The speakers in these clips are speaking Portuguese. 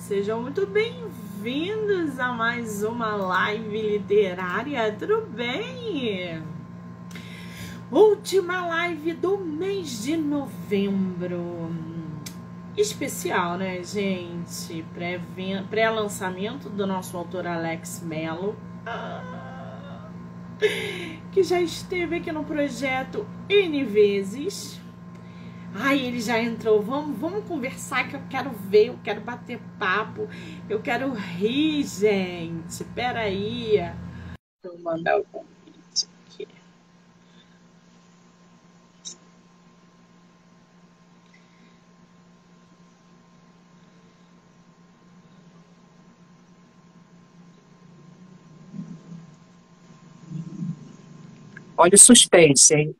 Sejam muito bem-vindos a mais uma live literária, tudo bem? Última live do mês de novembro. Especial, né, gente? Pré-lançamento do nosso autor Alex Mello, que já esteve aqui no projeto N vezes. Ai, ele já entrou. Vamos conversar que eu quero ver, eu quero bater papo, eu quero rir, gente. Peraí. Vou mandar o convite aqui. Olha o suspense, hein?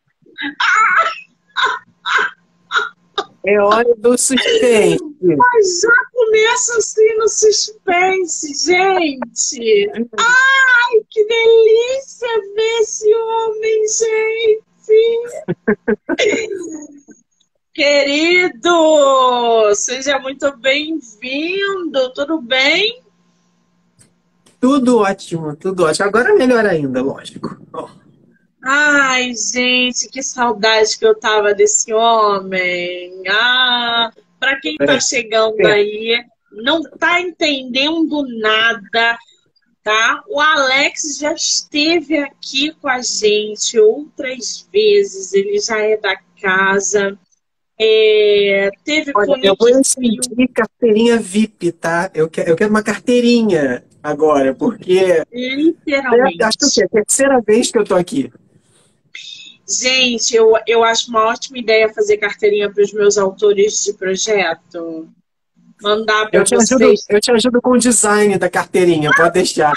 É hora do suspense. Mas já começa assim no suspense, gente. Ai, que delícia ver esse homem, gente. Querido, seja muito bem-vindo. Tudo bem? Tudo ótimo, tudo ótimo. Agora é melhor ainda, lógico. Ai, gente, que saudade que eu tava desse homem. Para quem tá chegando aí, não tá entendendo nada, tá? O Alex já esteve aqui com a gente outras vezes, ele já é da casa. Teve Olha, eu vou exigir carteirinha VIP, tá? Eu quero uma carteirinha agora, porque literalmente. acho que é a terceira vez que eu tô aqui. Gente, eu acho uma ótima ideia fazer carteirinha para os meus autores de projeto. Mandar para vocês. Eu te ajudo com o design da carteirinha, pode deixar.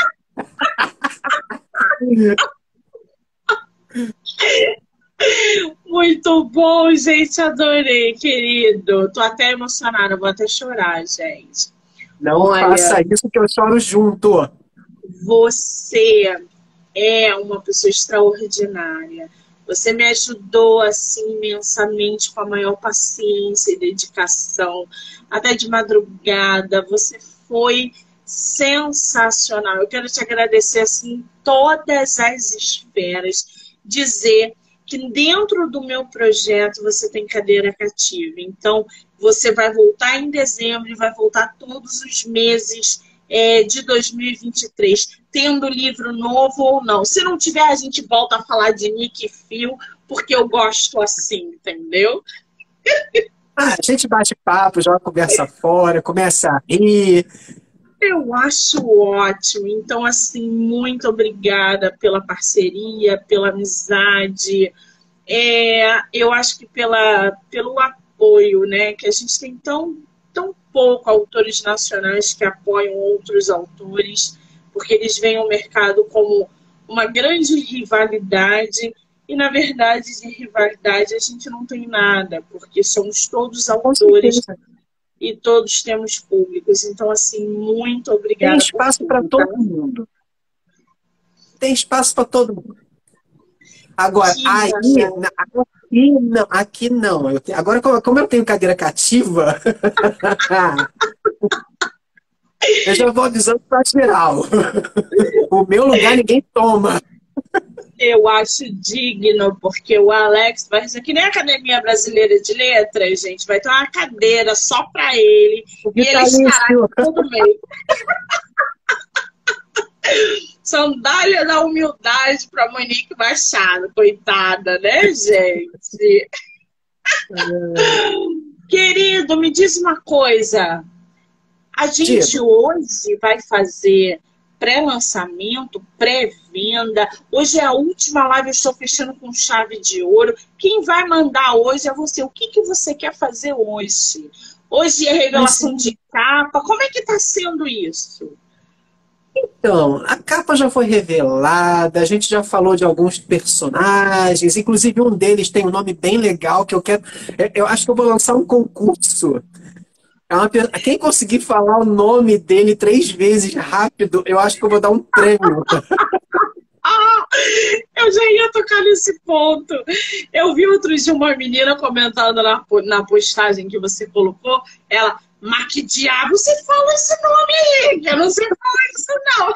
Muito bom, gente, adorei, querido. Tô até emocionada, vou até chorar, gente. Não faça isso que eu choro junto. Você é uma pessoa extraordinária. Você me ajudou assim imensamente, com a maior paciência e dedicação, até de madrugada. Você foi sensacional. Eu quero te agradecer assim em todas as esferas, dizer que dentro do meu projeto você tem cadeira cativa. Então, você vai voltar em dezembro e vai voltar todos os meses de 2023, tendo livro novo ou não. Se não tiver, a gente volta a falar de Nick e Phil, porque eu gosto assim, entendeu? A gente bate papo, joga a conversa fora, começa a rir. Eu acho ótimo. Então, assim, muito obrigada pela parceria, pela amizade. Eu acho que pelo apoio, né? Que a gente tem tão pouco autores nacionais que apoiam outros autores, porque eles veem o mercado como uma grande rivalidade, e na verdade de rivalidade a gente não tem nada, porque somos todos autores e todos temos públicos. Então, assim, muito obrigada. Tem espaço para todo mundo. Tem espaço para todo mundo. Agora, aqui não. Agora, como eu tenho cadeira cativa, eu já vou avisando para geral. O meu lugar ninguém toma. Eu acho digno, porque o Alex vai ser que nem a Academia Brasileira de Letras, gente. Vai ter uma cadeira só para ele. E ele estará todo mês. Sandália da humildade para Monique Machado, coitada, né, gente? Querido, me diz uma coisa. A gente hoje vai fazer pré-lançamento, pré-venda. Hoje é a última live, eu estou fechando com chave de ouro. Quem vai mandar hoje é você. O que você quer fazer hoje? Hoje é revelação de capa. Como é que está sendo isso? Então, a capa já foi revelada, a gente já falou de alguns personagens, inclusive um deles tem um nome bem legal que eu quero. Eu acho que eu vou lançar um concurso. Quem conseguir falar o nome dele 3 vezes rápido, eu acho que eu vou dar um prêmio. Eu já ia tocar nesse ponto. Eu vi outro dia uma menina comentando na postagem que você colocou, ela, Mas que diabo você fala esse nome aí? Que eu não sei falar isso, não.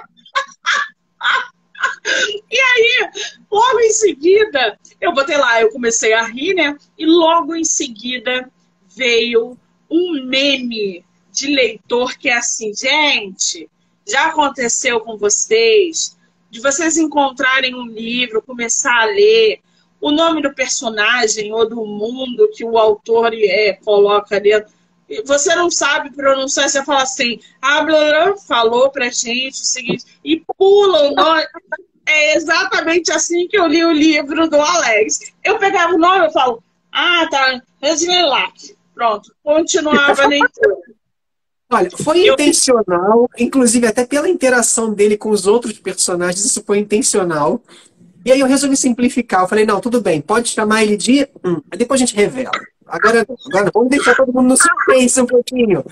E aí, logo em seguida, eu botei lá, eu comecei a rir, né? E logo em seguida veio um meme de leitor que é assim, gente, já aconteceu com vocês, de vocês encontrarem um livro, começar a ler, o nome do personagem ou do mundo que o autor coloca dentro, você não sabe pronunciar, você fala assim, ah, blá, blá, falou pra gente o seguinte, e pula o nome. É exatamente assim que eu li o livro do Alex. Eu pegava o nome e falo, ah, tá, Regilac. Pronto, continuava a leitura. Olha, foi Eu, intencional, inclusive até pela interação dele com os outros personagens, isso foi intencional. E aí eu resolvi simplificar. Eu falei, não, tudo bem, pode chamar ele de. Aí depois a gente revela. Agora vamos deixar todo mundo no suspense um pouquinho.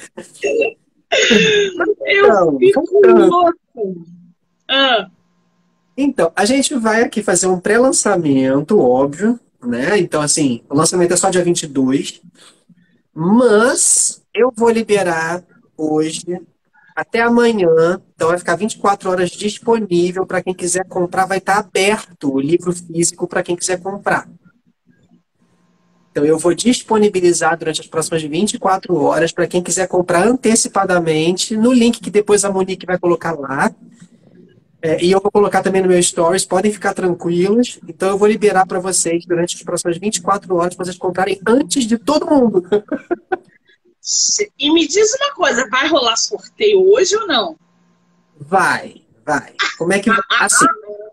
eu Então, fico voltando. louco. Ah, Então, a gente vai aqui fazer um pré-lançamento, óbvio, né? Então, assim, o lançamento é só dia 22, mas eu vou liberar hoje até amanhã, então vai ficar 24 horas disponível para quem quiser comprar, vai estar aberto o livro físico para quem quiser comprar. Então eu vou disponibilizar durante as próximas 24 horas para quem quiser comprar antecipadamente no link que depois a Monique vai colocar lá. E eu vou colocar também no meu stories, podem ficar tranquilos. Então eu vou liberar para vocês durante as próximas 24 horas para vocês comprarem antes de todo mundo. e me diz uma coisa, vai rolar sorteio hoje ou não? Vai, vai. Como é que vai? Assim,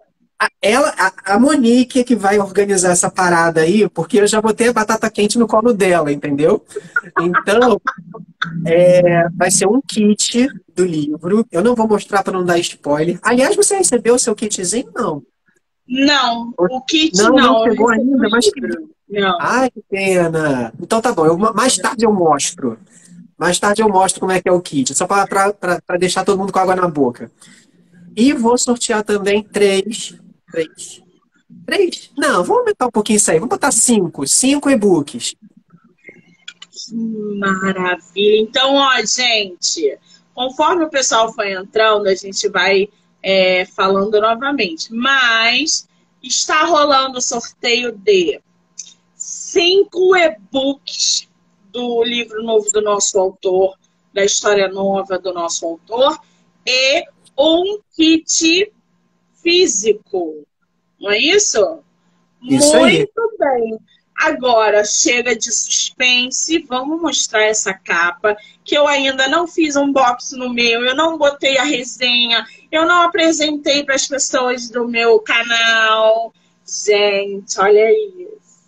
a Monique é que vai organizar essa parada aí, porque eu já botei a batata quente no colo dela, entendeu? Então, vai ser um kit do livro. Eu não vou mostrar para não dar spoiler. Aliás, você recebeu o seu kitzinho? Não. Não, o kit Não não, eu chegou recebi o ainda, mas que. livro. Não. Ai, que pena. Então tá bom, mais tarde eu mostro. Mais tarde eu mostro como é que é o kit, só para deixar todo mundo com água na boca. E vou sortear também três. Três. Três? Não, vamos aumentar um pouquinho isso aí. Vamos botar cinco. Cinco e-books. Que maravilha. Então, ó, gente, conforme o pessoal for entrando, a gente vai falando novamente. Mas está rolando o sorteio de 5 e-books do livro novo do nosso autor, da história nova do nosso autor, e um kit físico. Não é isso? Isso aí. Muito bem. Agora, chega de suspense, vamos mostrar essa capa, que eu ainda não fiz um box no meu, eu não botei a resenha, eu não apresentei para as pessoas do meu canal. Gente, olha isso.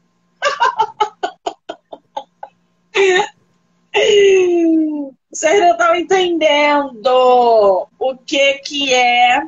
Vocês não estão entendendo o que é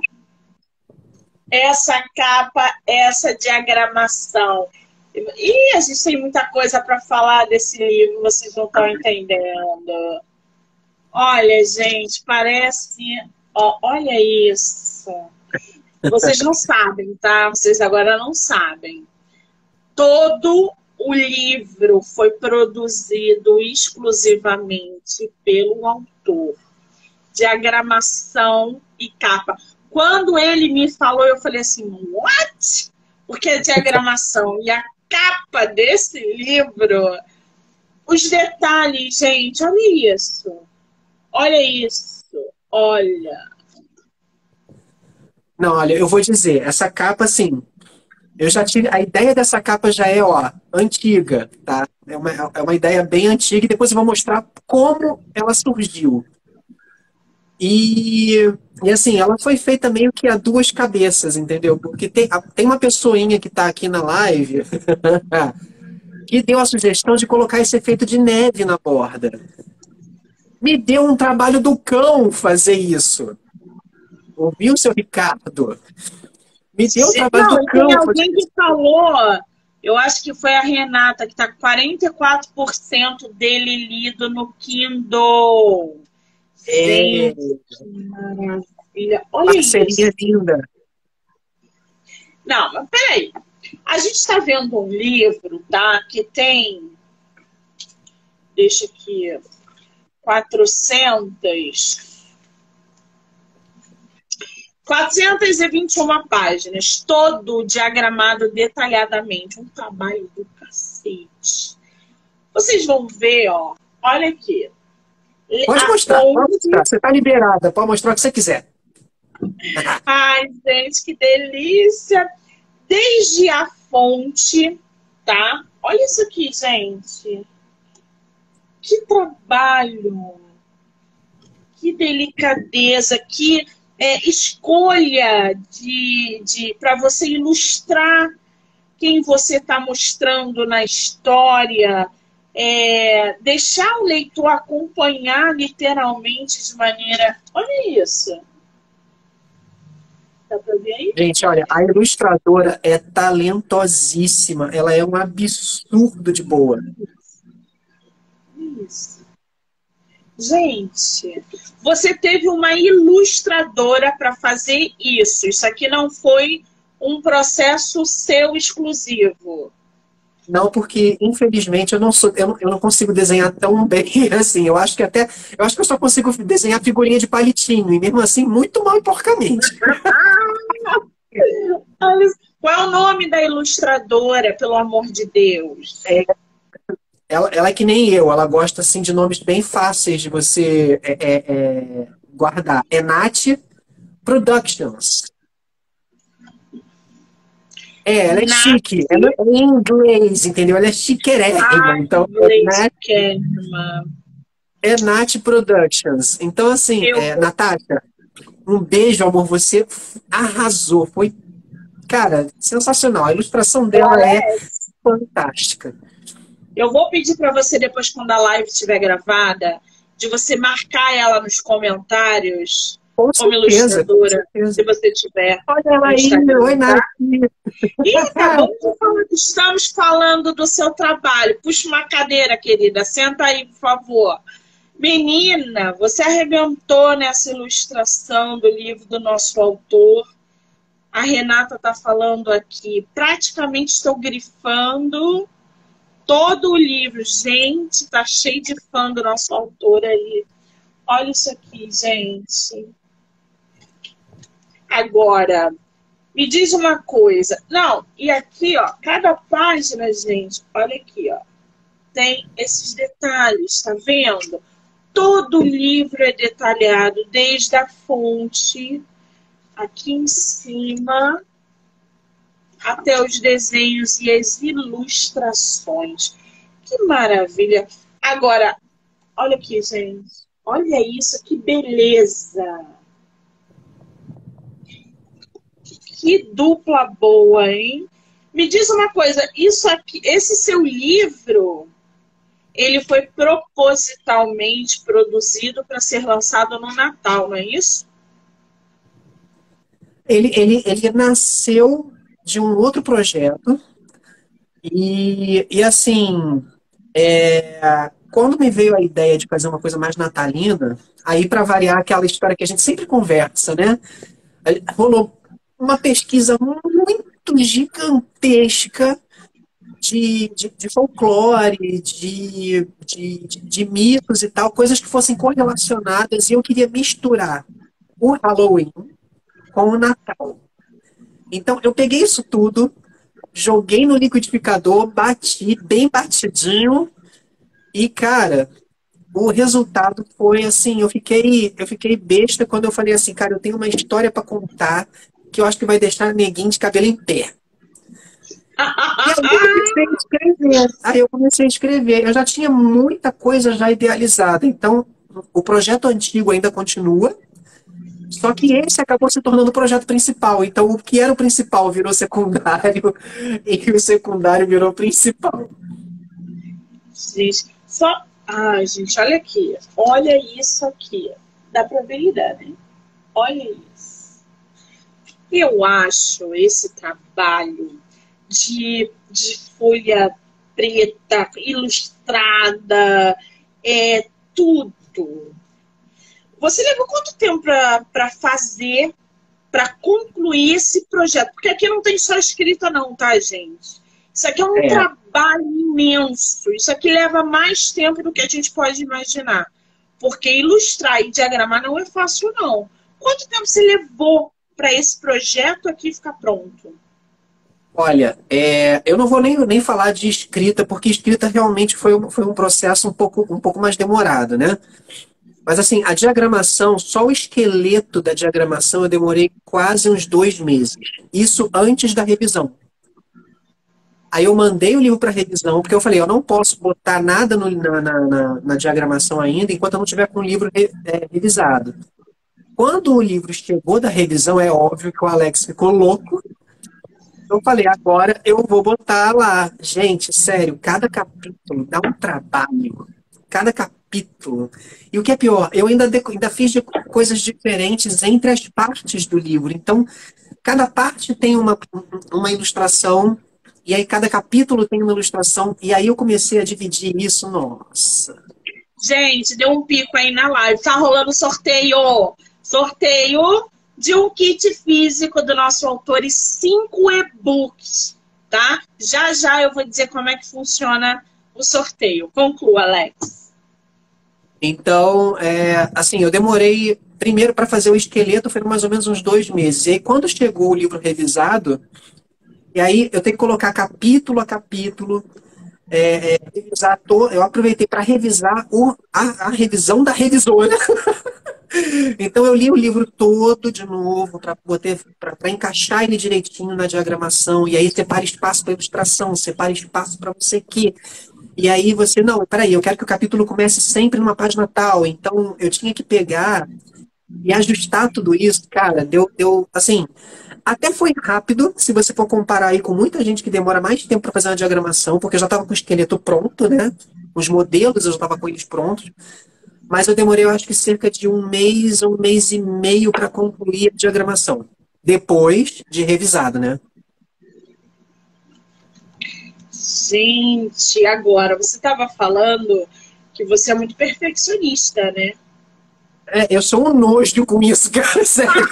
essa capa, essa diagramação. E a gente tem muita coisa para falar desse livro, vocês não estão entendendo. Olha, gente, parece. Ó, olha isso. Vocês não sabem, tá? Vocês agora não sabem. Todo o livro foi produzido exclusivamente pelo autor. Diagramação e capa. Quando ele me falou, eu falei assim, what? Porque a diagramação e a capa desse livro, os detalhes, gente, olha isso. Olha isso. Olha. Não, olha, eu vou dizer, essa capa, assim, eu já tive. A ideia dessa capa já é, ó, antiga, tá? É uma ideia bem antiga e depois eu vou mostrar como ela surgiu. E assim, ela foi feita meio que a duas cabeças, entendeu? Porque tem uma pessoinha que tá aqui na live que deu a sugestão de colocar esse efeito de neve na borda. Me deu um trabalho do cão fazer isso. Ouviu, seu Ricardo? Me deu um trabalho Não, do e tem cão fazer alguém que isso. falou, eu acho que foi a Renata, que tá com 44% dele lido no Kindle. É, Gente, que maravilha. Olha parceria isso. linda. Não, mas peraí. A gente está vendo um livro, tá? Que tem. Deixa aqui. 421 páginas, todo diagramado detalhadamente. Um trabalho do cacete. Vocês vão ver, ó. Olha aqui. Pode mostrar, pode mostrar. Você está liberada, pode mostrar o que você quiser. Ai, gente, que delícia! Desde a fonte, tá? Olha isso aqui, gente. Que trabalho! Que delicadeza, que escolha para você ilustrar quem você está mostrando na história, deixar o leitor acompanhar literalmente de maneira... Olha isso. Dá pra ver aí? Gente, olha, a ilustradora é talentosíssima. Ela é um absurdo de boa. Isso. Gente, você teve uma ilustradora para fazer isso. Isso aqui não foi um processo seu exclusivo. Não, porque infelizmente eu não consigo desenhar tão bem assim. Eu acho que eu só consigo desenhar figurinha de palitinho, e mesmo assim muito mal e porcamente. Qual é o nome da ilustradora, pelo amor de Deus? Ela é que nem eu, ela gosta assim de nomes bem fáceis de você guardar. É Nath Productions. Ela é chique. Ela é em inglês, entendeu? Ela é chiquérrima. Então, é Nath Productions. Então, assim, Natasha, um beijo, amor. Você arrasou. Foi, cara, sensacional. A ilustração dela é fantástica. Eu vou pedir para você, depois, quando a live estiver gravada, de você marcar ela nos comentários como ilustradora, se você tiver. Olha ela aí, oi, Nath. E acabamos de falar que estamos falando do seu trabalho. Puxa uma cadeira, querida. Senta aí, por favor. Menina, você arrebentou nessa ilustração do livro do nosso autor. A Renata está falando aqui. Praticamente estou grifando todo o livro. Gente, tá cheio de fã do nosso autor aí. Olha isso aqui, gente. Agora, me diz uma coisa. Não, e aqui, ó, cada página, gente, olha aqui, ó. Tem esses detalhes, tá vendo? Todo o livro é detalhado, desde a fonte, aqui em cima, até os desenhos e as ilustrações. Que maravilha! Agora, olha aqui, gente. Olha isso, que beleza! Que dupla boa, hein? Me diz uma coisa, isso aqui, esse seu livro, ele foi propositalmente produzido para ser lançado no Natal, não é isso? Ele nasceu de um outro projeto e assim, quando me veio a ideia de fazer uma coisa mais natalina, aí para variar aquela história que a gente sempre conversa, né? Rolou uma pesquisa muito gigantesca de folclore, de mitos e tal, coisas que fossem correlacionadas, e eu queria misturar o Halloween com o Natal. Então, eu peguei isso tudo, joguei no liquidificador, bati bem batidinho, e, cara, o resultado foi assim, eu fiquei besta quando eu falei assim, cara, eu tenho uma história para contar que eu acho que vai deixar neguinho de cabelo em pé. Aí eu comecei a escrever. Eu já tinha muita coisa já idealizada. Então, o projeto antigo ainda continua, só que esse acabou se tornando o projeto principal. Então, o que era o principal virou secundário e o secundário virou principal. Gente, gente, olha aqui. Olha isso aqui. Dá pra ver, né? Olha isso. Eu acho esse trabalho de folha preta, ilustrada, tudo. Você levou quanto tempo para fazer, para concluir esse projeto? Porque aqui não tem só escrita não, tá, gente? Isso aqui é um trabalho imenso. Isso aqui leva mais tempo do que a gente pode imaginar. Porque ilustrar e diagramar não é fácil, não. Quanto tempo você levou para esse projeto aqui ficar pronto? Olha, eu não vou nem falar de escrita, porque escrita realmente foi um processo um pouco mais demorado, né? Mas assim, a diagramação, só o esqueleto da diagramação eu demorei quase uns 2 meses. Isso antes da revisão. Aí eu mandei o livro para revisão, porque eu falei, eu não posso botar nada na diagramação ainda, enquanto eu não tiver com o livro revisado. Quando o livro chegou da revisão, é óbvio que o Alex ficou louco. Eu falei, agora eu vou botar lá. Gente, sério, cada capítulo dá um trabalho. Cada capítulo. E o que é pior, eu ainda fiz coisas diferentes entre as partes do livro. Então, cada parte tem uma ilustração, e aí cada capítulo tem uma ilustração, e aí eu comecei a dividir isso, nossa. Gente, deu um pico aí na live. Tá rolando sorteio. Sorteio de um kit físico do nosso autor e 5 e-books, tá? Já já eu vou dizer como é que funciona o sorteio. Conclua, Alex. Então, assim, eu demorei primeiro para fazer o esqueleto, foi mais ou menos uns 2 meses. E aí, quando chegou o livro revisado, e aí eu tenho que colocar capítulo a capítulo, eu aproveitei para revisar a revisão da revisora. Então eu li o livro todo de novo para encaixar ele direitinho na diagramação, e aí separa espaço para ilustração, separa espaço para não sei o quê. E aí você, não, peraí, eu quero que o capítulo comece sempre numa página tal. Então eu tinha que pegar e ajustar tudo isso, cara, assim, até foi rápido, se você for comparar aí com muita gente que demora mais tempo para fazer uma diagramação, porque eu já estava com o esqueleto pronto, né? Os modelos eu já estava com eles prontos. Mas eu demorei, eu acho que cerca de 1 mês e meio para concluir a diagramação. Depois de revisado, né? Gente, agora, você estava falando que você é muito perfeccionista, né? Eu sou um nojo com isso, cara, sério.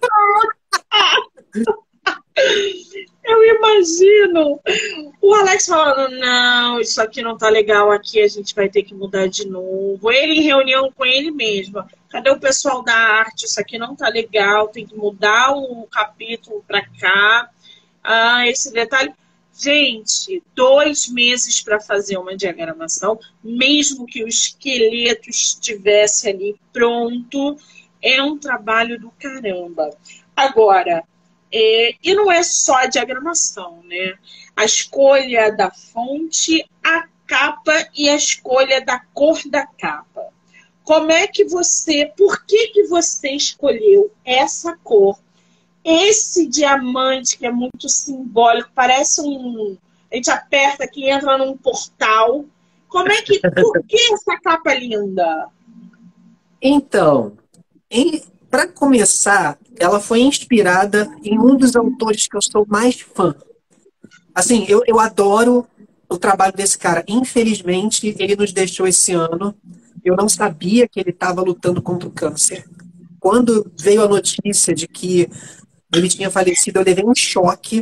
Eu imagino o Alex falando, não, isso aqui não tá legal aqui, a gente vai ter que mudar de novo. Ele em reunião com ele mesmo. Cadê o pessoal da arte? Isso aqui não tá legal, tem que mudar o capítulo pra cá. Ah, esse detalhe. Gente, 2 meses para fazer uma diagramação, mesmo que o esqueleto estivesse ali pronto, é um trabalho do caramba. Agora, e não é só a diagramação, né? A escolha da fonte, a capa e a escolha da cor da capa. Como é que por que você escolheu essa cor? Esse diamante que é muito simbólico, parece a gente aperta aqui e entra num portal. Por que essa capa linda? Então, para começar, ela foi inspirada em um dos autores que eu sou mais fã. Assim, eu adoro o trabalho desse cara. Infelizmente, ele nos deixou esse ano. Eu não sabia que ele estava lutando contra o câncer. Quando veio a notícia de que ele tinha falecido, eu levei um choque.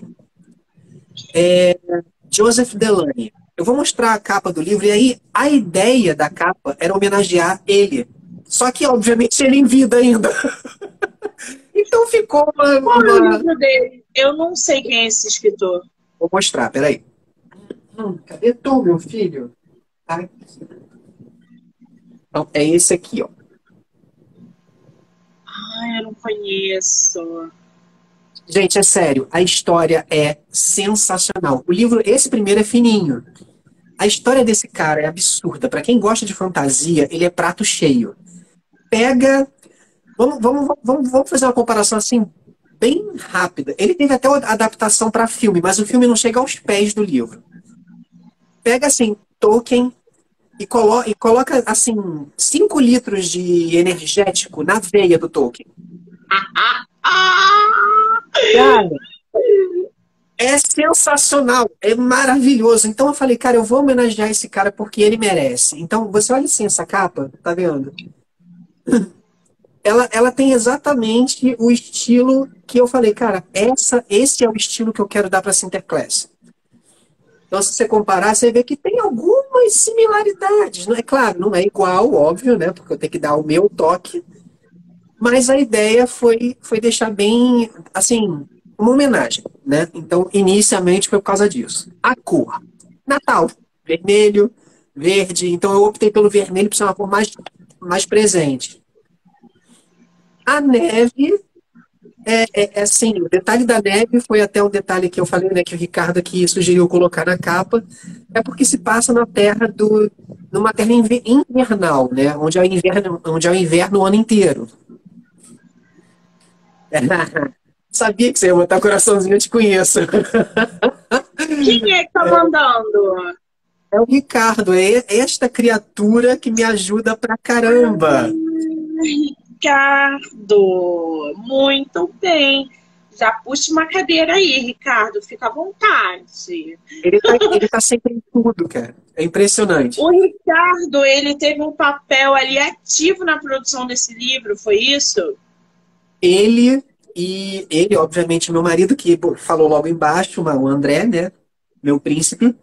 Joseph Delany. Eu vou mostrar a capa do livro, e aí a ideia da capa era homenagear ele. Só que, obviamente, ele em vida ainda. Então ficou Qual é o livro dele? Eu não sei quem é esse escritor. Vou mostrar, peraí. Cadê tu, meu filho? Aqui. Então, é esse aqui, ó. Eu não conheço. Gente, é sério, a história é sensacional. O livro, esse primeiro é fininho. A história desse cara é absurda. Para quem gosta de fantasia, ele é prato cheio. Pega. Vamos fazer uma comparação assim, bem rápida. Ele teve até uma adaptação para filme, mas o filme não chega aos pés do livro. Pega assim, Tolkien e coloca assim 5 litros de energético na veia do Tolkien. Cara, é sensacional, é maravilhoso. Então eu falei, cara, eu vou homenagear esse cara porque ele merece. Então, você olha assim essa capa, tá vendo? Ela tem exatamente o estilo que eu falei, cara, esse é o estilo que eu quero dar para Sinterklaas. Então, se você comparar, você vê que tem algumas similaridades. Não é claro, não é igual, óbvio, né? Porque eu tenho que dar o meu toque. Mas a ideia foi deixar bem, assim, uma homenagem, né? Então, inicialmente foi por causa disso. A cor. Natal. Vermelho, verde. Então, eu optei pelo vermelho para ser uma cor mais presente. A neve é assim, o detalhe da neve foi até um detalhe que eu falei, né, que o Ricardo aqui sugeriu colocar na capa, é porque se passa na terra numa terra invernal, né, onde é o inverno o ano inteiro. Sabia que você ia botar coraçãozinho, eu te conheço. Quem é que tá mandando? É o Ricardo, é esta criatura que me ajuda pra caramba. Ricardo, muito bem. Já puxa uma cadeira aí, Ricardo, fica à vontade. Ele tá sempre em tudo, cara. É impressionante. O Ricardo, ele teve um papel ali ativo na produção desse livro, foi isso? Ele, obviamente, meu marido, que falou logo embaixo, o André, né? Meu príncipe.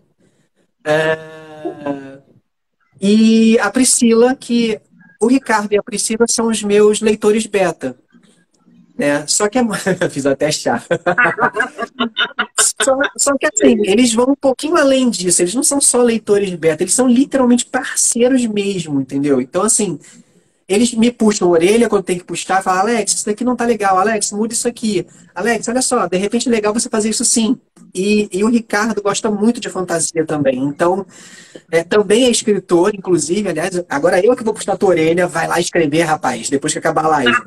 E a Priscila, que o Ricardo e a Priscila são os meus leitores beta. Né? Só que fiz até chá. Só que assim, eles vão um pouquinho além disso. Eles não são só leitores beta, eles são literalmente parceiros mesmo, entendeu? Então, assim, eles me puxam a orelha quando tem que puxar, falam, Alex, isso daqui não tá legal, Alex, muda isso aqui. Alex, olha só, de repente é legal você fazer isso sim. E o Ricardo gosta muito de fantasia também. Então, também é escritor, inclusive, aliás, agora eu que vou puxar a tua orelha, vai lá escrever, rapaz, depois que acabar a live.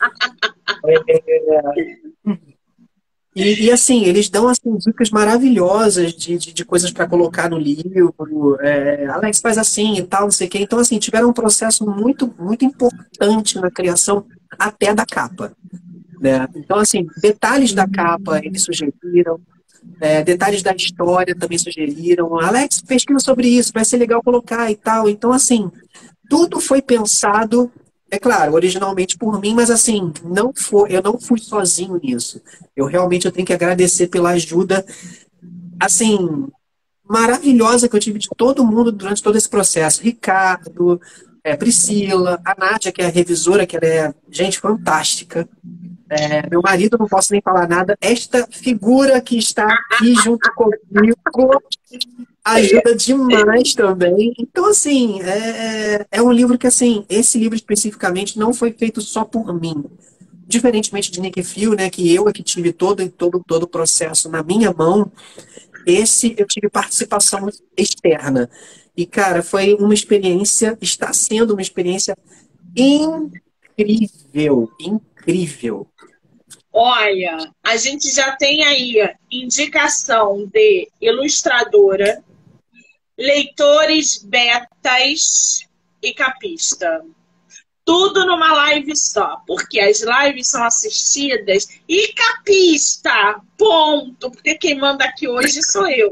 E assim, eles dão assim, dicas maravilhosas de coisas para colocar no livro. Alex faz assim e tal, não sei o quê. Então, assim, tiveram um processo muito, muito importante na criação até da capa. Né? Então, assim, detalhes da capa eles sugeriram, detalhes da história também sugeriram. Alex, pesquisa sobre isso, vai ser legal colocar e tal. Então, assim, tudo foi pensado, é claro, originalmente por mim, mas assim, eu não fui sozinho nisso. Eu tenho que agradecer pela ajuda, assim, maravilhosa que eu tive de todo mundo durante todo esse processo. Ricardo, Priscila, a Nádia, que é a revisora, que ela é, gente, fantástica. Meu marido, não posso nem falar nada. Esta figura que está aqui junto comigo ajuda demais também. Então, assim, é um livro que, assim, esse livro especificamente não foi feito só por mim. Diferentemente de Nick Fury, né, que eu é que tive todo o processo na minha mão, esse eu tive participação externa. E, cara, foi uma experiência, está sendo uma experiência incrível, incrível. Olha, a gente já tem aí indicação de ilustradora, leitores betas e capista. Tudo numa live só, porque as lives são assistidas e capista, ponto, porque quem manda aqui hoje sou eu.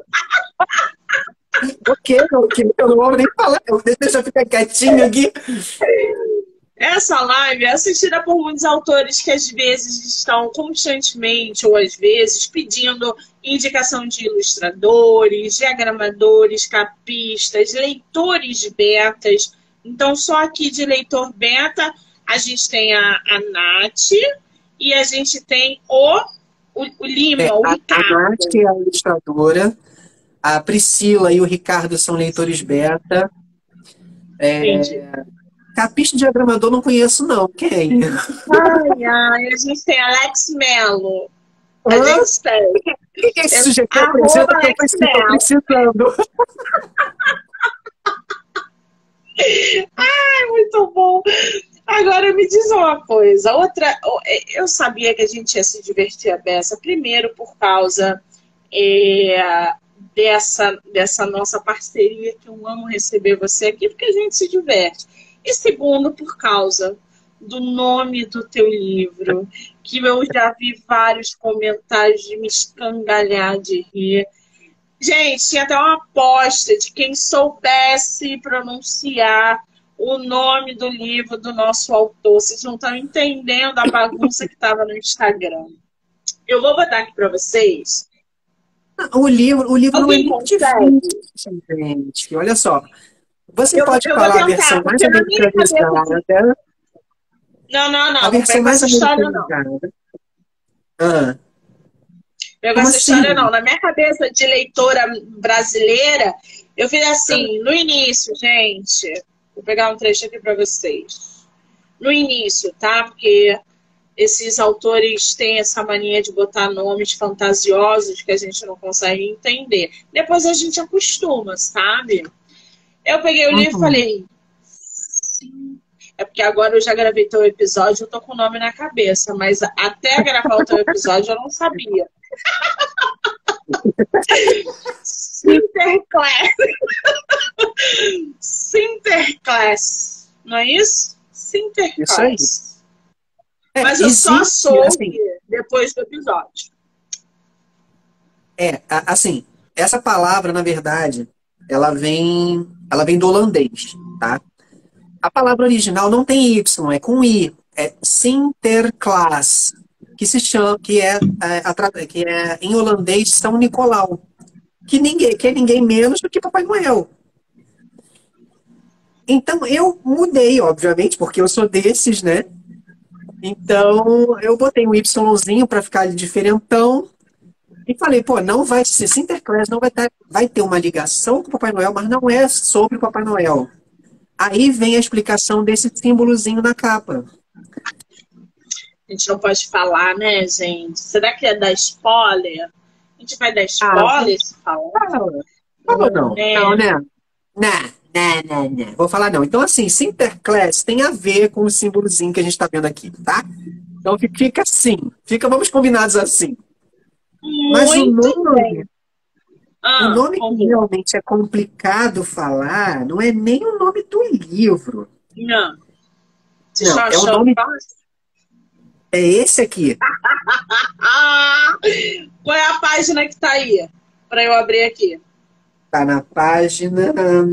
Ok, eu não vou nem falar, deixa eu ficar quietinho aqui. Essa live é assistida por muitos autores que às vezes estão constantemente, ou às vezes, pedindo indicação de ilustradores, diagramadores, capistas, leitores betas. Então, só aqui de leitor beta, a gente tem a Nath e a gente tem o Lima, o Ricardo. A Nath é a ilustradora, a Priscila e o Ricardo são leitores beta. Entendi. Capista diagramador não conheço, não. Quem? Ai, a gente tem Alex Mello. A gente tem. Quem é esse sujeito que apresenta que eu estou precisando? Ai, muito bom. Agora me diz uma coisa. Eu sabia que a gente ia se divertir a beça. Primeiro, por causa dessa nossa parceria, que eu amo receber você aqui, porque a gente se diverte. E segundo, por causa do nome do teu livro, que eu já vi vários comentários de me escangalhar de rir. Gente, tinha até uma aposta de quem soubesse pronunciar o nome do livro do nosso autor. Vocês não estão entendendo a bagunça que estava no Instagram. Eu vou botar aqui para vocês O livro não é Alguém muito consegue? difícil, gente. Olha só. Você pode Eu vou falar a tentar, versão mais porque na minha cabeça. americanizada, Não, não, a não, não vem versão com mais essa história, não. americanizada. Ah, Vem com como essa história, assim? não. Na minha cabeça de leitora brasileira, eu fiz assim, no início, gente. Vou pegar um trecho aqui para vocês. No início, tá? Porque esses autores têm essa mania de botar nomes fantasiosos que a gente não consegue entender. Depois a gente acostuma, sabe? Eu peguei o livro e Uhum. falei, sim. É porque agora eu já gravei teu episódio, eu tô com o nome na cabeça, mas até gravar o teu episódio eu não sabia. Sinterklaas. Sinterklaas. Não é isso? Isso aí. Sinterklaas. Mas eu só Existe, soube assim, depois do episódio. assim, essa palavra, na verdade, ela vem do holandês, tá? A palavra original não tem Y, é com I. É Sinterklaas, que se chama, que é em holandês São Nicolau, que é ninguém menos do que Papai Noel. Então eu mudei, obviamente, porque eu sou desses, né? Então eu botei um Yzinho para ficar diferentão e falei, pô, não vai ser Sinterklaas, não vai ter uma ligação com o Papai Noel, mas não é sobre o Papai Noel. Aí vem a explicação desse símbolozinho na capa. A gente não pode falar, né, gente? Será que é dar spoiler? A gente vai dar Ah, spoiler se falar? fala. Fala Não, não. Não, né? né? Não. Vou falar não. Então, assim, Sinterklaas tem a ver com o símbolozinho que a gente está vendo aqui, tá? Então fica assim. Vamos combinados assim. Mas o Muito bem. nome, o Ah, nome que como? realmente é complicado falar, não é nem o nome do livro. Não. Vocês Não, estão é o achando nome, fácil? é esse aqui. Ah! Qual é a página que tá aí? Para eu abrir aqui. Tá na página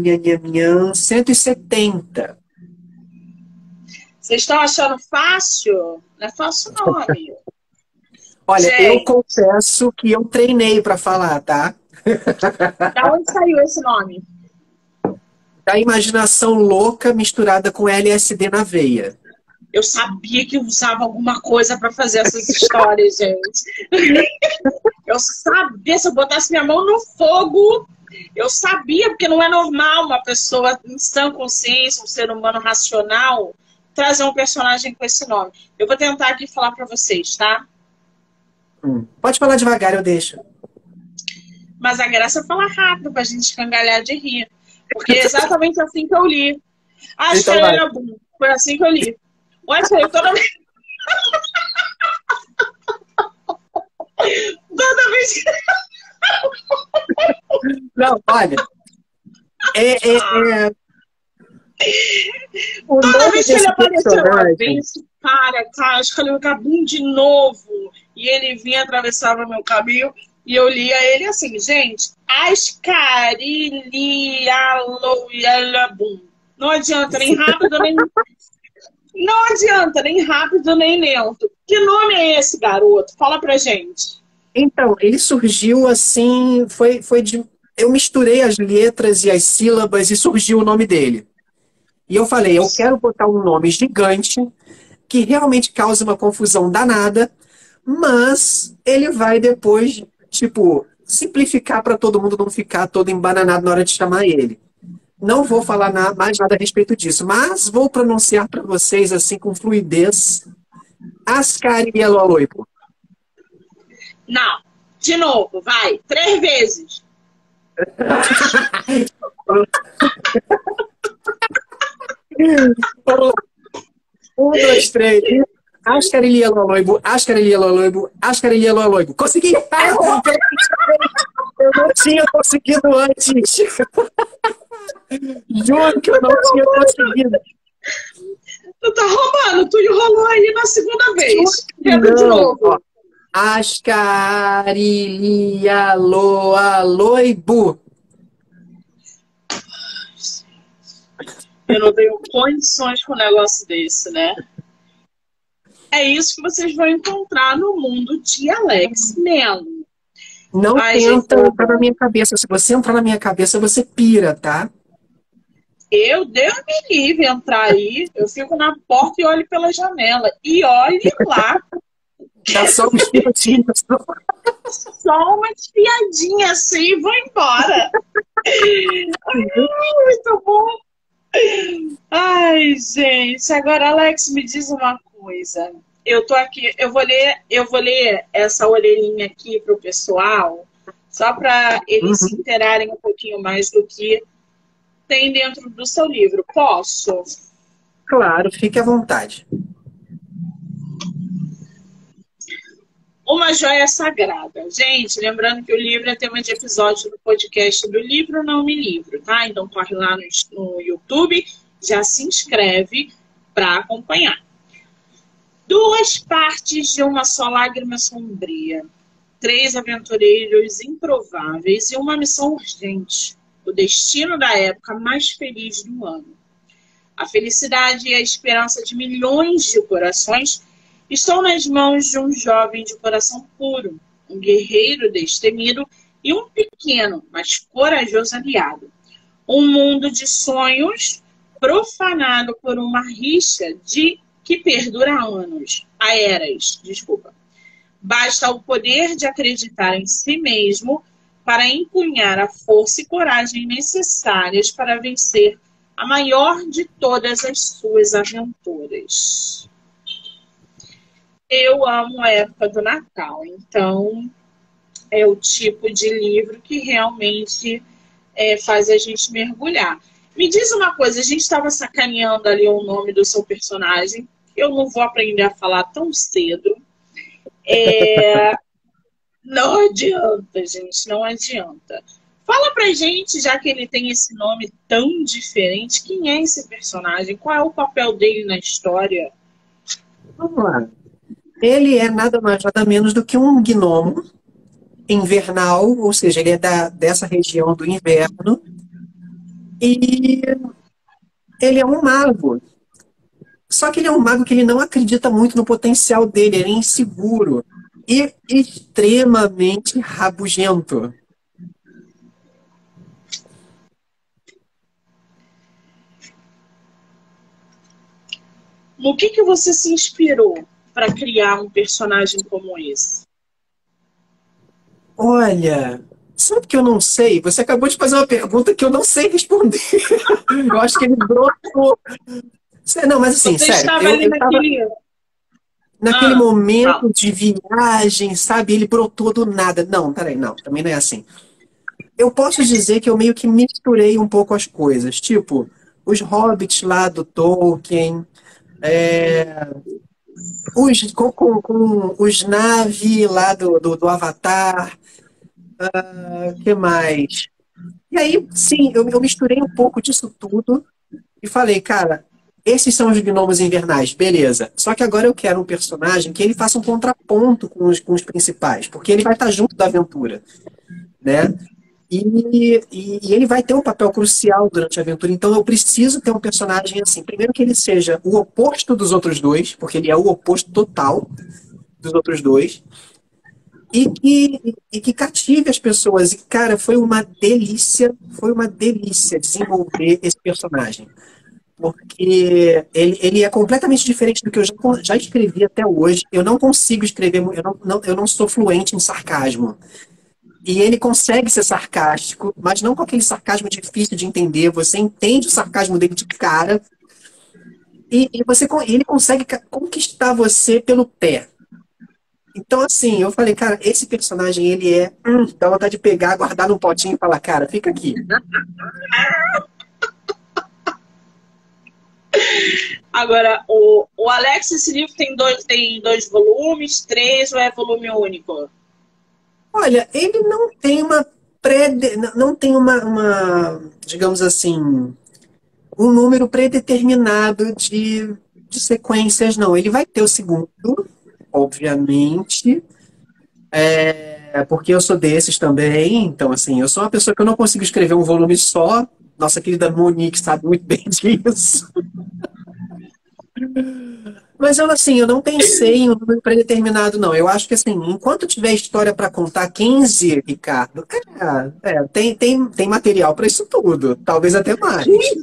170. Vocês estão achando fácil? Não é fácil, não, amigo. Olha, eu Gente, confesso que eu treinei para falar, tá? da onde saiu esse nome? Da imaginação louca misturada com LSD na veia. Eu sabia que usava alguma coisa para fazer essas histórias, gente. Eu sabia, se eu botasse minha mão no fogo, eu sabia, porque não é normal uma pessoa em sã consciência, um ser humano racional, trazer um personagem com esse nome. Eu vou tentar aqui falar para vocês, tá? Pode falar devagar, eu deixo. Mas a graça é falar rápido pra gente escangalhar de rir. Porque é exatamente assim que eu li. Acho que Então vai. era bom. Foi assim que eu li. Olha, saiu toda vez. Toda vez que. Não, olha. É, o Toda nome vez que ele desse apareceu, ó, vem personagem. esse cara, acho que ele vagabundo de novo. E ele vinha, atravessava meu caminho, e eu lia ele assim, gente, Ascarilialoialabum. Não adianta, nem rápido, nem. Não adianta, nem rápido, nem lento. Que nome é esse, garoto? Fala pra gente. Então, ele surgiu assim, eu misturei as letras e as sílabas e surgiu o nome dele. E eu falei, eu quero botar um nome gigante que realmente cause uma confusão danada, mas ele vai depois, tipo, simplificar para todo mundo não ficar todo embananado na hora de chamar ele. Não vou falar mais nada a respeito disso, mas vou pronunciar para vocês assim com fluidez. Ascarieloloipo. Não. De novo, vai. 3 vezes. Vamos lá. 1, 2, 3. Ascarilieloloibo, Ascarilieloloibo, Ascarilieloloibo. Consegui! Eu não tinha conseguido antes. Juro que eu não tinha conseguido. Tu tá roubando. Tu enrolou aí na segunda vez. Tenta de Não, novo. ó. Ascarilialoaloibu. Eu não tenho condições com um negócio desse, né? É isso que vocês vão encontrar no mundo de Alex Mello. Não Ai, gente, tenta entrar na minha cabeça. Se você entrar na minha cabeça, você pira, tá? Deus me livre entrar aí. Eu fico na porta e olho pela janela. E olhe lá, Dá só uns minutinhos. só uma espiadinha assim e vou embora. Muito bom. Ai, gente. Agora, Alex, me diz uma coisa. Eu tô aqui, eu vou ler essa orelhinha aqui pro pessoal, só para eles se Uhum. interarem um pouquinho mais do que tem dentro do seu livro. Posso? Claro, fique à vontade. Uma joia sagrada. Gente, lembrando que o livro é tema de episódio do podcast do Livro Não Me Livro, tá? Então corre lá no YouTube, já se inscreve para acompanhar. Duas partes de uma só lágrima sombria. Três aventureiros improváveis e uma missão urgente. O destino da época mais feliz do ano. A felicidade e a esperança de milhões de corações estão nas mãos de um jovem de coração puro, um guerreiro destemido e um pequeno, mas corajoso aliado. Um mundo de sonhos profanado por uma rixa que perdura há anos, há eras, desculpa. Basta o poder de acreditar em si mesmo para empunhar a força e coragem necessárias para vencer a maior de todas as suas aventuras. Eu amo a época do Natal, então é o tipo de livro que realmente faz a gente mergulhar. Me diz uma coisa, a gente estava sacaneando ali o nome do seu personagem, eu não vou aprender a falar tão cedo. Não adianta, gente, não adianta. Fala pra gente, já que ele tem esse nome tão diferente, quem é esse personagem? Qual é o papel dele na história? Vamos lá. Ele é nada mais, nada menos do que um gnomo invernal, ou seja, ele é dessa região do inverno, e ele é um mago. Só que ele é um mago que ele não acredita muito no potencial dele, ele é inseguro e extremamente rabugento. No que você se inspirou para criar um personagem como esse? Olha, sabe que eu não sei? Você acabou de fazer uma pergunta que eu não sei responder. Eu acho que ele brotou. Não, mas assim, Você sério, estava eu, ali eu tava naquele. naquele Ah, fala. momento de viagem, sabe? Ele brotou do nada. Não, peraí, não, também não é assim. Eu posso dizer que eu meio que misturei um pouco as coisas. Tipo, os hobbits lá do Tolkien, é, com os Na'vi lá do Avatar, o que mais? E aí, sim, eu misturei um pouco disso tudo e falei, cara, esses são os gnomos invernais, beleza. Só que agora eu quero um personagem que ele faça um contraponto com os principais, porque ele vai estar junto da aventura, né? E ele vai ter um papel crucial durante a aventura, então eu preciso ter um personagem assim. Primeiro que ele seja o oposto dos outros dois, porque ele é o oposto total dos outros dois, e que cative as pessoas. E, cara, foi uma delícia desenvolver esse personagem. Porque ele é completamente diferente do que eu já escrevi até hoje. Eu não consigo escrever, eu não sou fluente em sarcasmo. E ele consegue ser sarcástico, mas não com aquele sarcasmo difícil de entender. Você entende o sarcasmo dele de cara ele consegue conquistar você pelo pé. Então, assim, eu falei, cara, esse personagem, ele é. Dá vontade de pegar, guardar num potinho e falar, cara, fica aqui. Agora, o Alex, esse livro tem dois volumes, três ou é volume único? Olha, ele não tem uma não tem digamos assim, um número predeterminado de sequências, não. Ele vai ter o segundo, obviamente, porque eu sou desses também. Então, assim, eu sou uma pessoa que eu não consigo escrever um volume só. Nossa querida Monique sabe muito bem disso. Mas eu, assim, eu não pensei em um número predeterminado, não. Eu acho que, assim, enquanto tiver história para contar 15, Ricardo, tem material para isso tudo. Talvez até mais.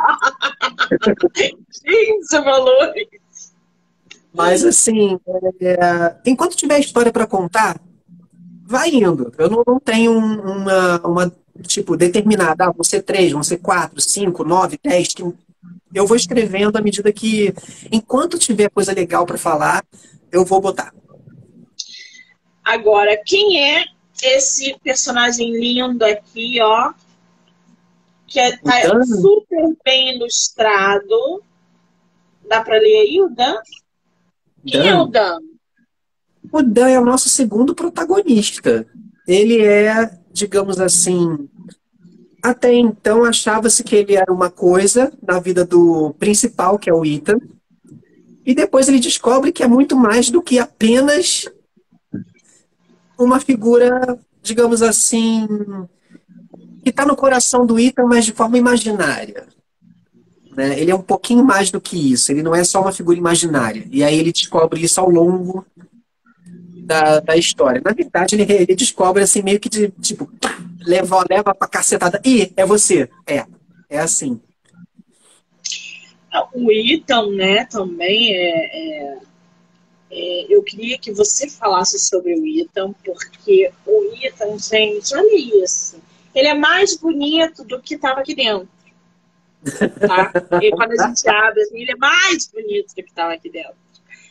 15 valores. Mas, assim, enquanto tiver história para contar, vai indo. Eu não tenho tipo, determinada. Vão ser 3, vão ser 4, 5, 9, 10. Eu vou escrevendo à medida que, enquanto tiver coisa legal para falar, eu vou botar. Agora, quem é esse personagem lindo aqui, ó? Que tá super bem ilustrado. Dá para ler aí o Dan? Quem é o Dan? O Dan é o nosso segundo protagonista. Ele é, digamos assim, até então achava-se que ele era uma coisa na vida do principal, que é o Ethan. E depois ele descobre que é muito mais do que apenas uma figura, digamos assim, que está no coração do Ethan, mas de forma imaginária. Né? Ele é um pouquinho mais do que isso. Ele não é só uma figura imaginária. E aí ele descobre isso ao longo da história. Na verdade, ele descobre assim, meio que de, tipo, leva pra cacetada. Ih, é você. É assim. O Ethan, né, também eu queria que você falasse sobre o Ethan, porque o Ethan, gente, olha isso. Ele é mais bonito do que estava aqui dentro. Tá? E quando a gente abre, assim, ele é mais bonito do que estava aqui dentro.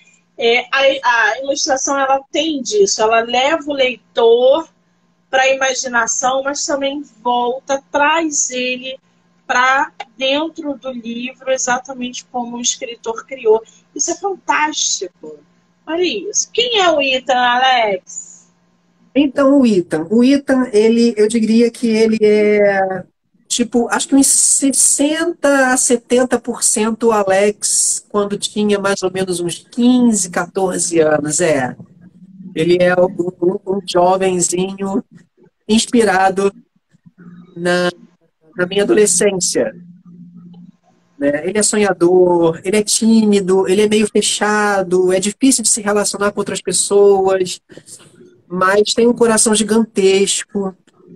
A ilustração, ela tem disso. Ela leva o leitor para a imaginação, mas também volta, traz ele para dentro do livro, exatamente como o escritor criou. Isso é fantástico. Olha isso. Quem é o Ethan, Alex? Então, o Ethan, eu diria que ele é, tipo, acho que uns 60 a 70% Alex, quando tinha mais ou menos uns 15, 14 anos, Ele é um jovenzinho inspirado na minha adolescência. Né? Ele é sonhador, ele é tímido, ele é meio fechado, é difícil de se relacionar com outras pessoas, mas tem um coração gigantesco.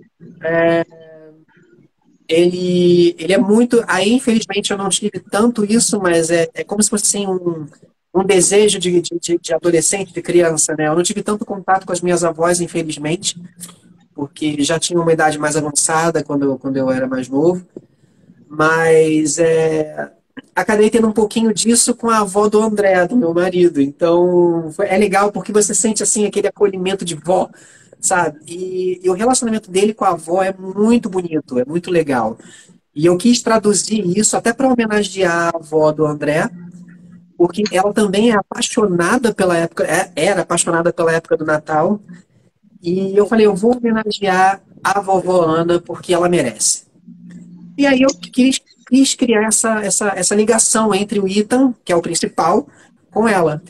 Ele é muito. Aí, infelizmente, eu não tive tanto isso, mas é como se fosse assim, um desejo de adolescente, de criança. Né? Eu não tive tanto contato com as minhas avós, infelizmente, porque já tinha uma idade mais avançada quando eu era mais novo. Mas acabei tendo um pouquinho disso com a avó do André, do meu marido. Então, é legal porque você sente assim aquele acolhimento de vó, sabe? E o relacionamento dele com a avó é muito bonito, é muito legal. E eu quis traduzir isso até para homenagear a avó do André, porque ela também é apaixonada pela época, era apaixonada pela época do Natal. E eu falei, eu vou homenagear a vovó Ana porque ela merece. E aí eu quis criar essa ligação entre o Ethan, que é o principal, com ela.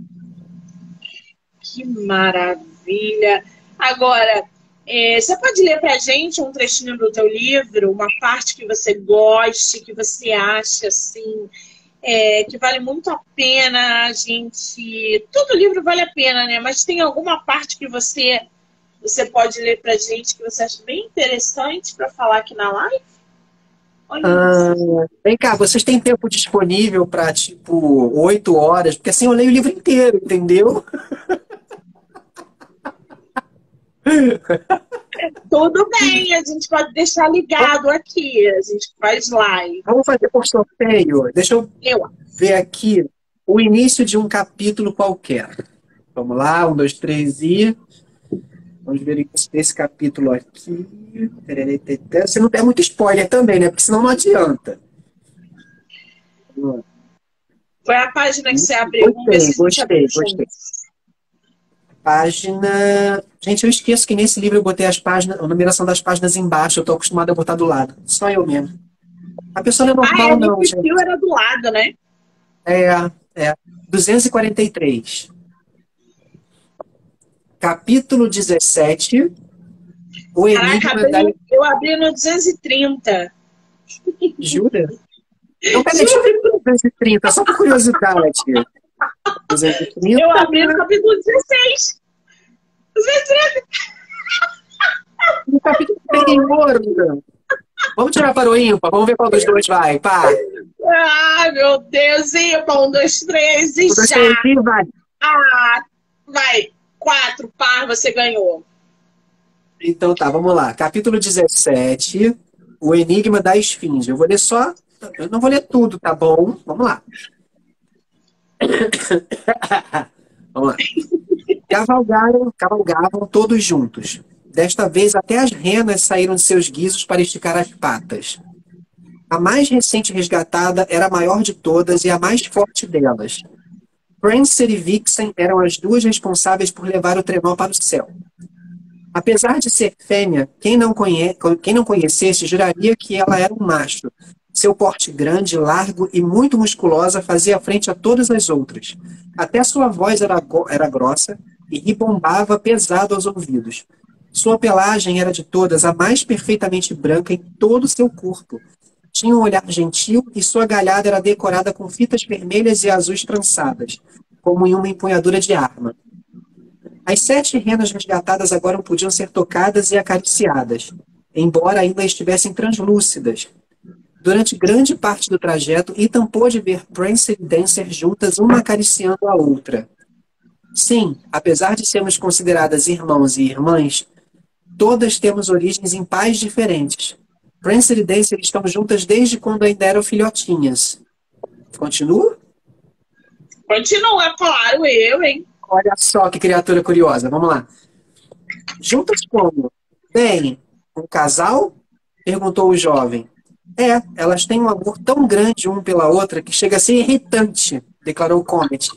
Que maravilha! Agora, você pode ler para a gente um trechinho do teu livro, uma parte que você goste, que você acha assim, que vale muito a pena a gente... Todo livro vale a pena, né? Mas tem alguma parte que você pode ler para a gente que você acha bem interessante para falar aqui na live? Vem cá, vocês têm tempo disponível para, tipo, 8 horas? Porque assim eu leio o livro inteiro, entendeu? Tudo bem, a gente pode deixar ligado aqui, a gente faz live. Vamos fazer por sorteio. Deixa eu ver aqui o início de um capítulo qualquer. Vamos lá, 1, 2, 3 e... Vamos ver esse capítulo aqui. Se não der muito spoiler também, né? Porque senão não adianta. Foi a página que você abriu. Gostei. Página... Gente, eu esqueço que nesse livro eu botei as páginas, a numeração das páginas embaixo. Eu tô acostumado a botar do lado. Só eu mesmo. A pessoa não é normal, não. O perfil era do lado, né? 243. Capítulo 17. O enigma eu abri no 230. Jura? Então, peraí, deixa eu ver o 230, só por curiosidade. Eu abri no capítulo 16. 16. No capítulo anterior. Vamos tirar para o ímpar, vamos ver qual dos dois vai. Pá. Ai, meu Deus, ímpar. 1, 2, 3 e já. Vai. Ah, vai. 4, par, você ganhou. Então tá, vamos lá. Capítulo 17, o Enigma da Esfinge. Eu vou ler só. Eu não vou ler tudo, tá bom? Vamos lá. Vamos lá. Cavalgavam todos juntos. Desta vez, até as renas saíram de seus guizos para esticar as patas. A mais recente resgatada era a maior de todas e a mais forte delas. Prancer e Vixen eram as duas responsáveis por levar o trenó para o céu. Apesar de ser fêmea, quem não conhecesse juraria que ela era um macho. Seu porte grande, largo e muito musculosa fazia frente a todas as outras. Até sua voz era grossa e ribombava pesado aos ouvidos. Sua pelagem era de todas a mais perfeitamente branca em todo o seu corpo. Tinha um olhar gentil e sua galhada era decorada com fitas vermelhas e azuis trançadas, como em uma empunhadura de arma. As 7 renas resgatadas agora podiam ser tocadas e acariciadas, embora ainda estivessem translúcidas. Durante grande parte do trajeto, Ethan pôde ver Prancer e Dancer juntas, uma acariciando a outra. Sim, apesar de sermos consideradas irmãos e irmãs, todas temos origens em pais diferentes. Prancer e Dancer estão juntas desde quando ainda eram filhotinhas. Continua? Continua, claro, eu, hein? Olha só que criatura curiosa. Vamos lá. Juntas como? Bem, um casal? Perguntou o jovem. Elas têm um amor tão grande uma pela outra que chega a ser irritante, declarou Comet.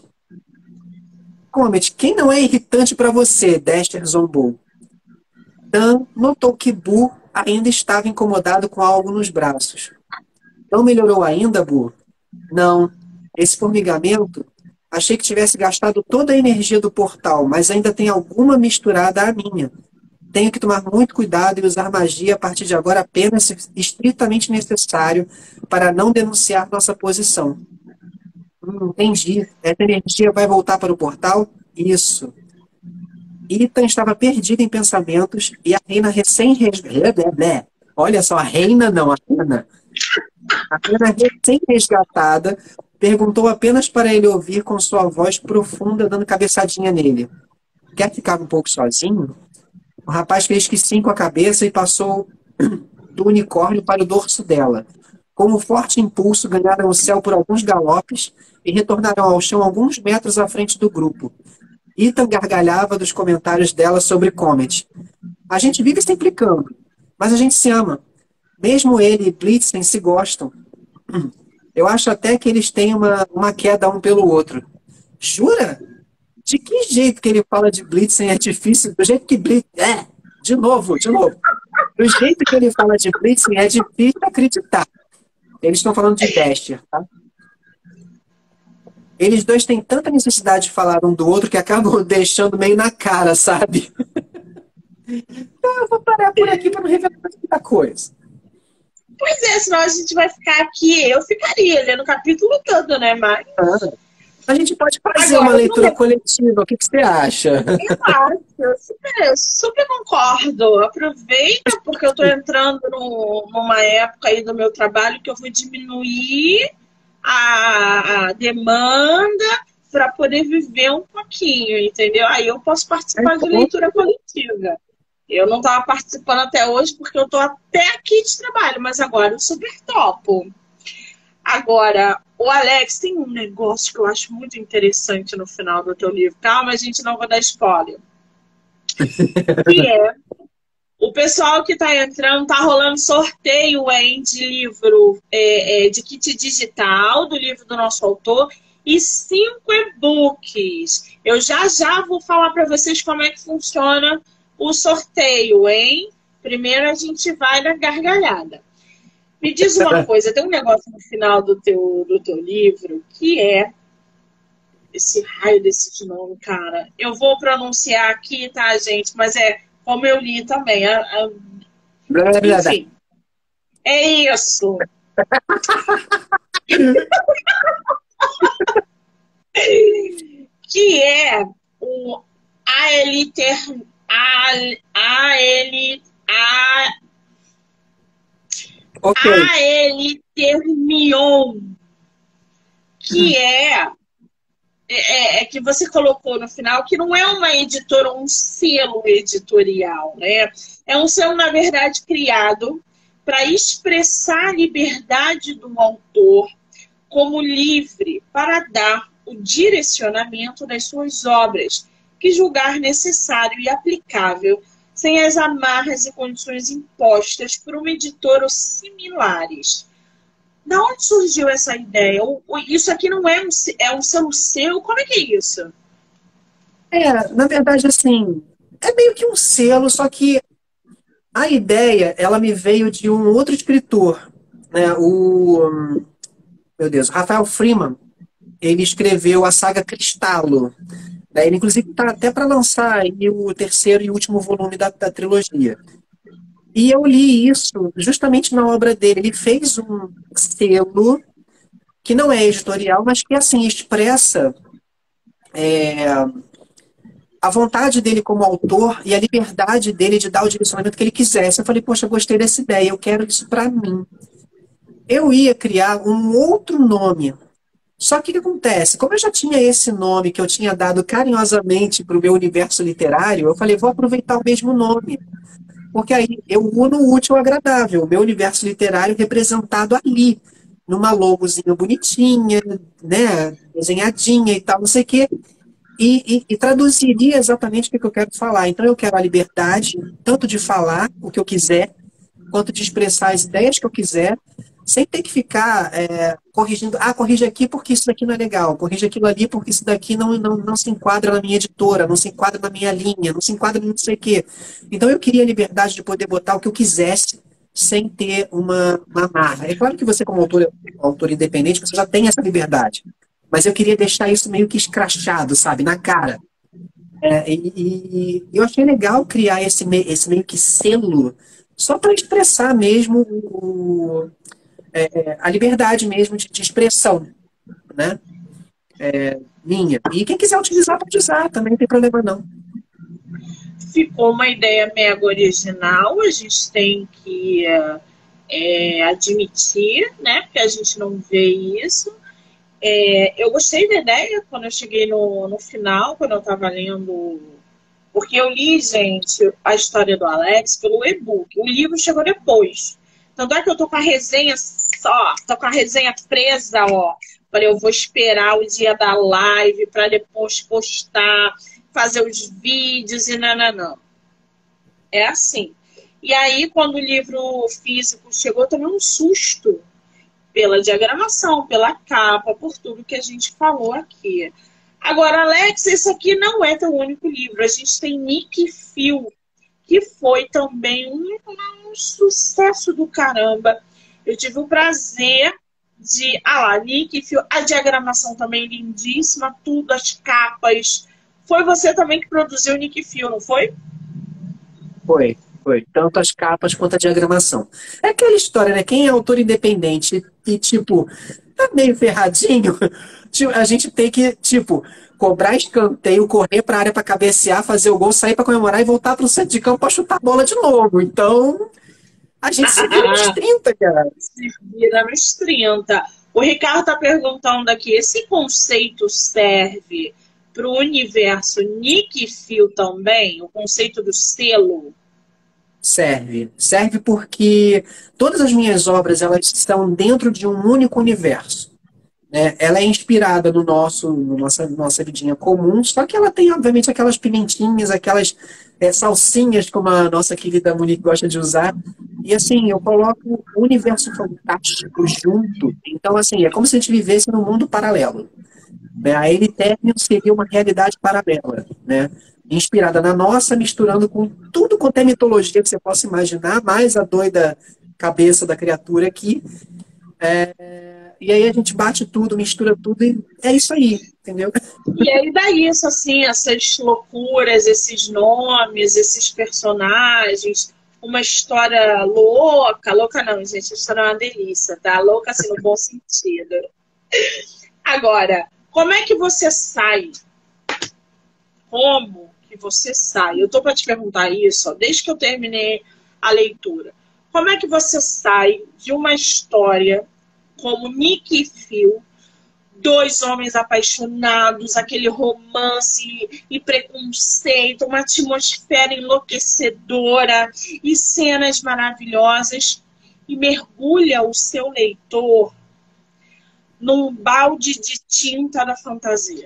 Comet, quem não é irritante para você? Dexter zombou. Dan notou que Boo ainda estava incomodado com algo nos braços. Não melhorou ainda, Boo? Não. Esse formigamento, achei que tivesse gastado toda a energia do portal, mas ainda tem alguma misturada à minha. Tenho que tomar muito cuidado e usar magia a partir de agora apenas se estritamente necessário para não denunciar nossa posição. Entendi. Essa energia vai voltar para o portal? Isso. Ethan estava perdido em pensamentos e a reina recém-resgatada... Olha só, a reina não, a rena. A rena recém-resgatada perguntou apenas para ele ouvir com sua voz profunda dando cabeçadinha nele. Quer ficar um pouco sozinho? O rapaz fez que sim com a cabeça e passou do unicórnio para o dorso dela. Com um forte impulso, ganharam o céu por alguns galopes e retornaram ao chão alguns metros à frente do grupo. Ethan gargalhava dos comentários dela sobre Comet. A gente vive se implicando, mas a gente se ama. Mesmo ele e Blitzen se gostam. Eu acho até que eles têm uma queda um pelo outro. Jura? De que jeito que ele fala de Blitzen é difícil? Do jeito que Blitzen... De novo. Do jeito que ele fala de Blitzen é difícil acreditar. Eles estão falando de Dexter, tá? Eles dois têm tanta necessidade de falar um do outro que acabam deixando meio na cara, sabe? Então eu vou parar por aqui para não revelar muita coisa. Pois é, senão a gente vai ficar aqui. Eu ficaria lendo o capítulo todo, né, Mari? A gente pode fazer uma leitura coletiva. O que você acha? Eu acho. Super concordo. Aproveita, porque eu estou entrando numa época aí do meu trabalho que eu vou diminuir a demanda para poder viver um pouquinho, entendeu? Aí eu posso participar de leitura coletiva. Eu não estava participando até hoje porque eu estou até aqui de trabalho, mas agora eu super topo. Agora, o Alex tem um negócio que eu acho muito interessante no final do teu livro. Calma, a gente não vai dar spoiler. Que é, o pessoal que está entrando, tá rolando sorteio de livro, de kit digital, do livro do nosso autor, e 5 e-books. Eu já vou falar para vocês como é que funciona o sorteio, hein? Primeiro a gente vai na gargalhada. Me diz uma coisa, tem um negócio no final do teu livro que é esse raio desse nome, cara. Eu vou pronunciar aqui, tá, gente? Mas é como eu li também. Enfim, é isso. Ok. Aelitermion, que que você colocou no final, que não é uma editora, um selo editorial, né? É um selo, na verdade, criado para expressar a liberdade do autor como livre para dar o direcionamento das suas obras, que julgar necessário e aplicável, sem as amarras e condições impostas por uma editora ou similares. Da onde surgiu essa ideia? Isso aqui não é um selo seu? Como é que é isso? Na verdade, assim, é meio que um selo, só que a ideia, ela me veio de um outro escritor, né? Meu Deus, Rafael Freeman. Ele escreveu a saga Cristalo, né? Ele, inclusive, está até para lançar aí o terceiro e último volume da trilogia. E eu li isso justamente na obra dele. Ele fez um selo que não é editorial, mas que, assim, expressa a vontade dele como autor e a liberdade dele de dar o direcionamento que ele quisesse. Eu falei, poxa, eu gostei dessa ideia, eu quero isso para mim. Eu ia criar um outro nome. Só que o que acontece? Como eu já tinha esse nome que eu tinha dado carinhosamente para o meu universo literário, eu falei, vou aproveitar o mesmo nome. Porque aí eu uno o útil ao agradável, o meu universo literário representado ali, numa logozinha bonitinha, né, desenhadinha e tal, não sei o quê, e traduziria exatamente o que eu quero falar. Então eu quero a liberdade, tanto de falar o que eu quiser, quanto de expressar as ideias que eu quiser, sem ter que ficar corrigindo. Ah, corrige aqui porque isso daqui não é legal, corrige aquilo ali porque isso daqui não se enquadra na minha editora, não se enquadra na minha linha, não se enquadra em não sei o quê. Então eu queria a liberdade de poder botar o que eu quisesse sem ter uma amarra. É claro que você, como autor independente, você já tem essa liberdade. Mas eu queria deixar isso meio que escrachado, sabe, na cara. E eu achei legal criar esse meio que selo só para expressar mesmo a liberdade mesmo de expressão, né? Minha. E quem quiser utilizar, pode usar, também não tem problema não. Ficou uma ideia mega original, a gente tem que admitir, né? Porque a gente não vê isso. Eu gostei da ideia quando eu cheguei no final, quando eu estava lendo. Porque eu li, gente, a história do Alex pelo e-book. O livro chegou depois. Tanto é que eu tô com a resenha só, tô com a resenha presa, ó. Falei, eu vou esperar o dia da live para depois postar, fazer os vídeos e nananã. É assim. E aí, quando o livro físico chegou, eu tomei um susto pela diagramação, pela capa, por tudo que a gente falou aqui. Agora, Alex, esse aqui não é teu único livro. A gente tem Nick Fury, que foi também um sucesso do caramba. Eu tive o prazer de... Nick Fury, a diagramação também lindíssima, tudo, as capas. Foi você também que produziu o Nick Fury, não foi? Foi. Tanto as capas quanto a diagramação. É aquela história, né? Quem é autor independente e, tipo, tá meio ferradinho, a gente tem que, tipo, cobrar escanteio, correr pra área pra cabecear, fazer o gol, sair pra comemorar e voltar pro centro de campo pra chutar a bola de novo. Então, a gente se vira nos 30, cara. Se vira nos 30. O Ricardo tá perguntando aqui, esse conceito serve para o universo Nick Fury também? O conceito do selo? Serve porque todas as minhas obras elas estão dentro de um único universo, né? Ela é inspirada no nossa vidinha comum, só que ela tem, obviamente, aquelas pimentinhas, aquelas salsinhas, como a nossa querida Monique gosta de usar. E assim, eu coloco o universo fantástico junto. Então, assim, é como se a gente vivesse num mundo paralelo, né? A Eternium seria uma realidade paralela, né? Inspirada na nossa, misturando com tudo quanto é mitologia que você possa imaginar, mais a doida cabeça da criatura aqui. E aí a gente bate tudo, mistura tudo e é isso aí, entendeu? E aí dá isso, assim, essas loucuras, esses nomes, esses personagens, uma história louca, louca não, gente, a história é uma delícia, tá? Louca assim no bom sentido. Agora, como é que você sai? Como que você sai? Eu tô para te perguntar isso, ó, desde que eu terminei a leitura. Como é que você sai de uma história como Nick e Phil, dois homens apaixonados, aquele romance e preconceito, uma atmosfera enlouquecedora e cenas maravilhosas, e mergulha o seu leitor num balde de tinta da fantasia?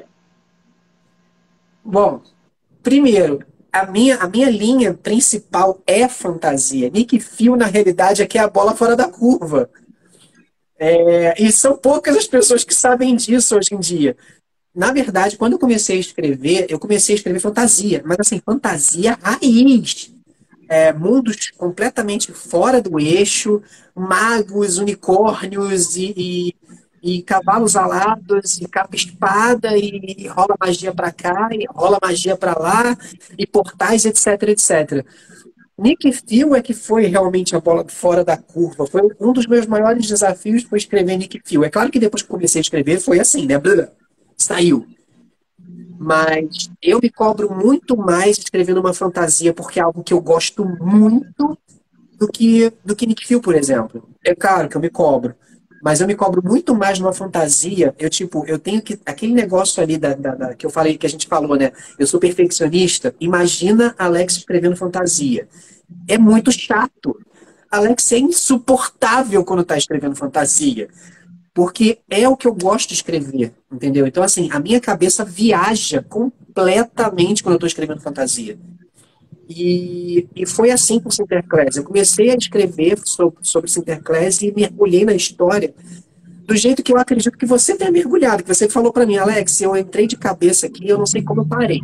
Bom, primeiro, a minha linha principal é fantasia. Nick Fury, na realidade, aqui é a bola fora da curva. E são poucas as pessoas que sabem disso hoje em dia. Na verdade, quando eu comecei a escrever fantasia, mas assim, fantasia raiz. Mundos completamente fora do eixo, magos, unicórnios e cavalos alados, e capa-espada, e rola magia pra cá, e rola magia pra lá, e portais, etc, etc. Nick Fury é que foi realmente a bola fora da curva. Foi um dos meus maiores desafios foi escrever Nick Fury. É claro que depois que comecei a escrever foi assim, né? Blá, saiu. Mas eu me cobro muito mais escrevendo uma fantasia porque é algo que eu gosto muito do que Nick Fury, por exemplo. É claro que eu me cobro. Mas eu me cobro muito mais numa fantasia. Eu tenho que. Aquele negócio ali que eu falei, que a gente falou, né? Eu sou perfeccionista. Imagina Alex escrevendo fantasia. É muito chato. Alex é insuportável quando está escrevendo fantasia. Porque é o que eu gosto de escrever, entendeu? Então, assim, a minha cabeça viaja completamente quando eu estou escrevendo fantasia. E foi assim com Sinterklaas. Eu comecei a escrever sobre Sinterklaas e mergulhei na história do jeito que eu acredito que você tenha mergulhado. Que você falou para mim, Alex, eu entrei de cabeça aqui, eu não sei como eu parei.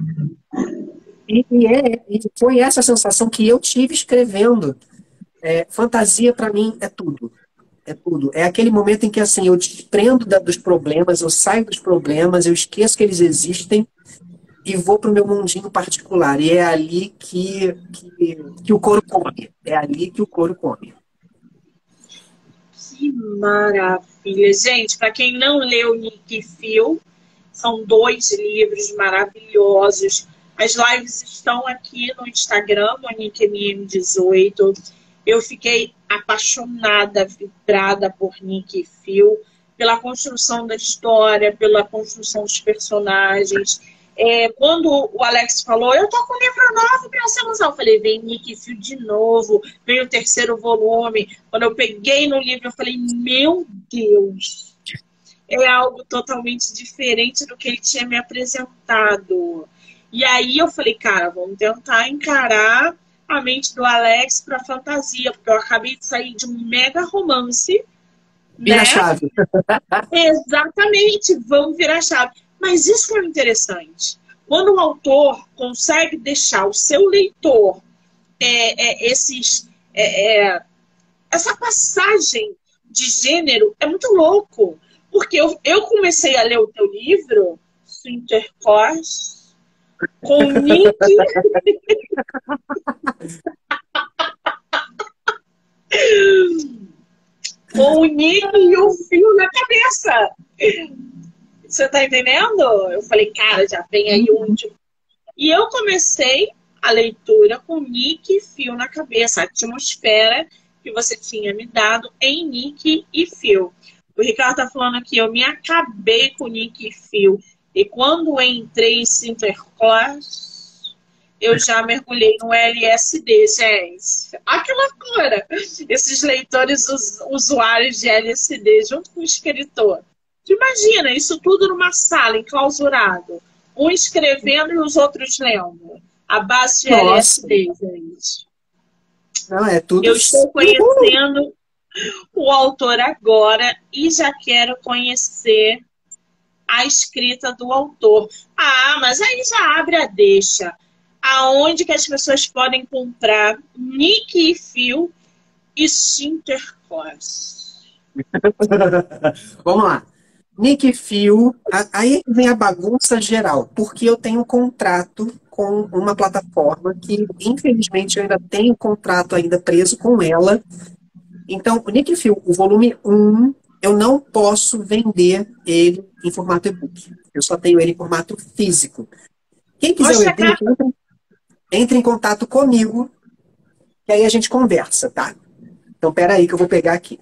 E foi essa sensação que eu tive escrevendo. Fantasia, para mim, é tudo. É tudo. É aquele momento em que assim, eu desprendo dos problemas, eu saio dos problemas, eu esqueço que eles existem e vou para o meu mundinho particular. E é ali que o couro come. É ali que o couro come. Que maravilha! Gente, para quem não leu Nick e Phil, são dois livros maravilhosos. As lives estão aqui no Instagram, MoniqueMM18. Eu fiquei apaixonada, vibrada por Nick e Phil, pela construção da história, pela construção dos personagens. Quando o Alex falou, eu tô com um livro novo para você lançar, eu falei, vem Nick e Phil de novo, vem o terceiro volume. Quando eu peguei no livro, eu falei, meu Deus, é algo totalmente diferente do que ele tinha me apresentado. E aí eu falei, cara, vamos tentar encarar a mente do Alex para fantasia, porque eu acabei de sair de um mega romance, Vira a né? chave. Exatamente, vamos virar a chave. Mas isso que é interessante. Quando o autor consegue deixar o seu leitor essa passagem de gênero, é muito louco. Porque eu comecei a ler o teu livro, Sinterklaas, com Nick. Com o Nick e o fio na cabeça. Você tá entendendo? Eu falei, cara, já vem aí um. E eu comecei a leitura com Nick e Phil na cabeça, a atmosfera que você tinha me dado em Nick e Phil. O Ricardo tá falando aqui, eu me acabei com Nick e Phil. E quando entrei em Sinterklaas, eu já mergulhei no LSD, gente. Ah, que loucura! Esses leitores usuários de LSD junto com o escritor. Imagina, isso tudo numa sala, enclausurado. Um escrevendo e os outros lendo. A base de LSD, gente. Não, é tudo. Eu estou conhecendo o autor agora e já quero conhecer a escrita do autor. Ah, mas aí já abre a deixa. Aonde que as pessoas podem comprar Nick e Phil e Sinterklaas? Vamos lá. Nick Phil, aí vem a bagunça geral, porque eu tenho um contrato com uma plataforma que, infelizmente, eu ainda tenho contrato ainda preso com ela. Então, o Nick Phil, o volume 1, eu não posso vender ele em formato e-book. Eu só tenho ele em formato físico. Quem quiser o Mostra a e-book, capa. entre em contato comigo, que aí a gente conversa, tá? Então, peraí que eu vou pegar aqui.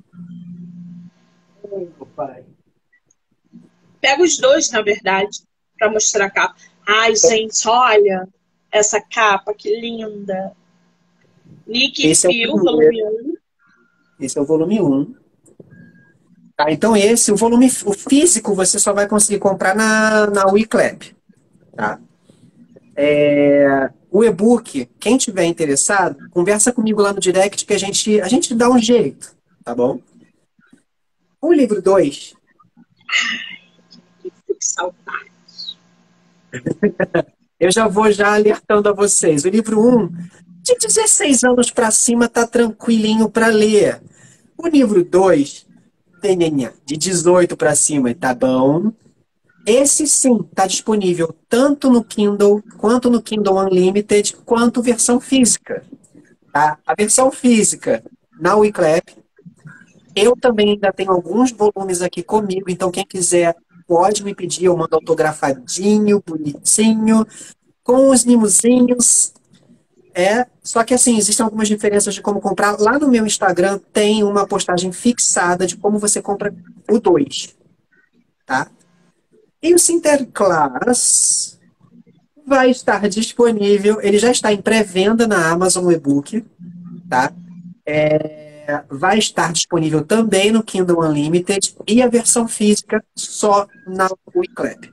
Ai, meu pai. Pega os dois, na verdade, para mostrar a capa. Ai, gente, olha essa capa, que linda. Nick Esse é o Fury, primeiro. volume 1. Esse é o volume um. Tá, então esse, o físico, você só vai conseguir comprar na Wiclap, tá? O e-book, quem tiver interessado, conversa comigo lá no direct que a gente dá um jeito, tá bom? O livro 2, Que saudade. eu já vou já alertando a vocês. O livro um, de 16 anos para cima, tá tranquilinho para ler. O livro 2, de 18 para cima, tá bom? Esse sim, tá disponível tanto no Kindle, quanto no Kindle Unlimited, quanto versão física. Tá? A versão física na Wiclap. Eu também ainda tenho alguns volumes aqui comigo, então quem quiser pode me pedir, eu mando autografadinho, bonitinho, com os mimosinhos. Só que assim, existem algumas diferenças de como comprar. Lá no meu Instagram tem uma postagem fixada de como você compra o 2, tá? E o Sinterklaas vai estar disponível, ele já está em pré-venda na Amazon e-book, tá? Vai estar disponível também no Kindle Unlimited e a versão física só na Wiclap.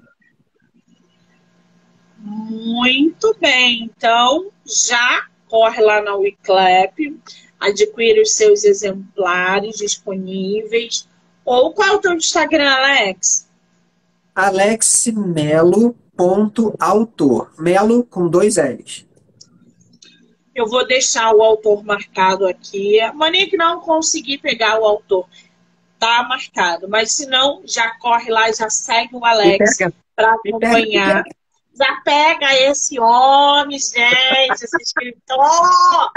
Muito bem. Então, já corre lá na Wiclap, adquire os seus exemplares disponíveis. Ou qual é o teu Instagram, Alex? alexmelo.autor. Melo com 2 L's. Eu vou deixar o autor marcado aqui. Mania que não consegui pegar o autor. Tá marcado. Mas se não, já corre lá, já segue o Me Alex pega, para me pega, me acompanhar. pega. Já pega esse homem, gente, esse escritor.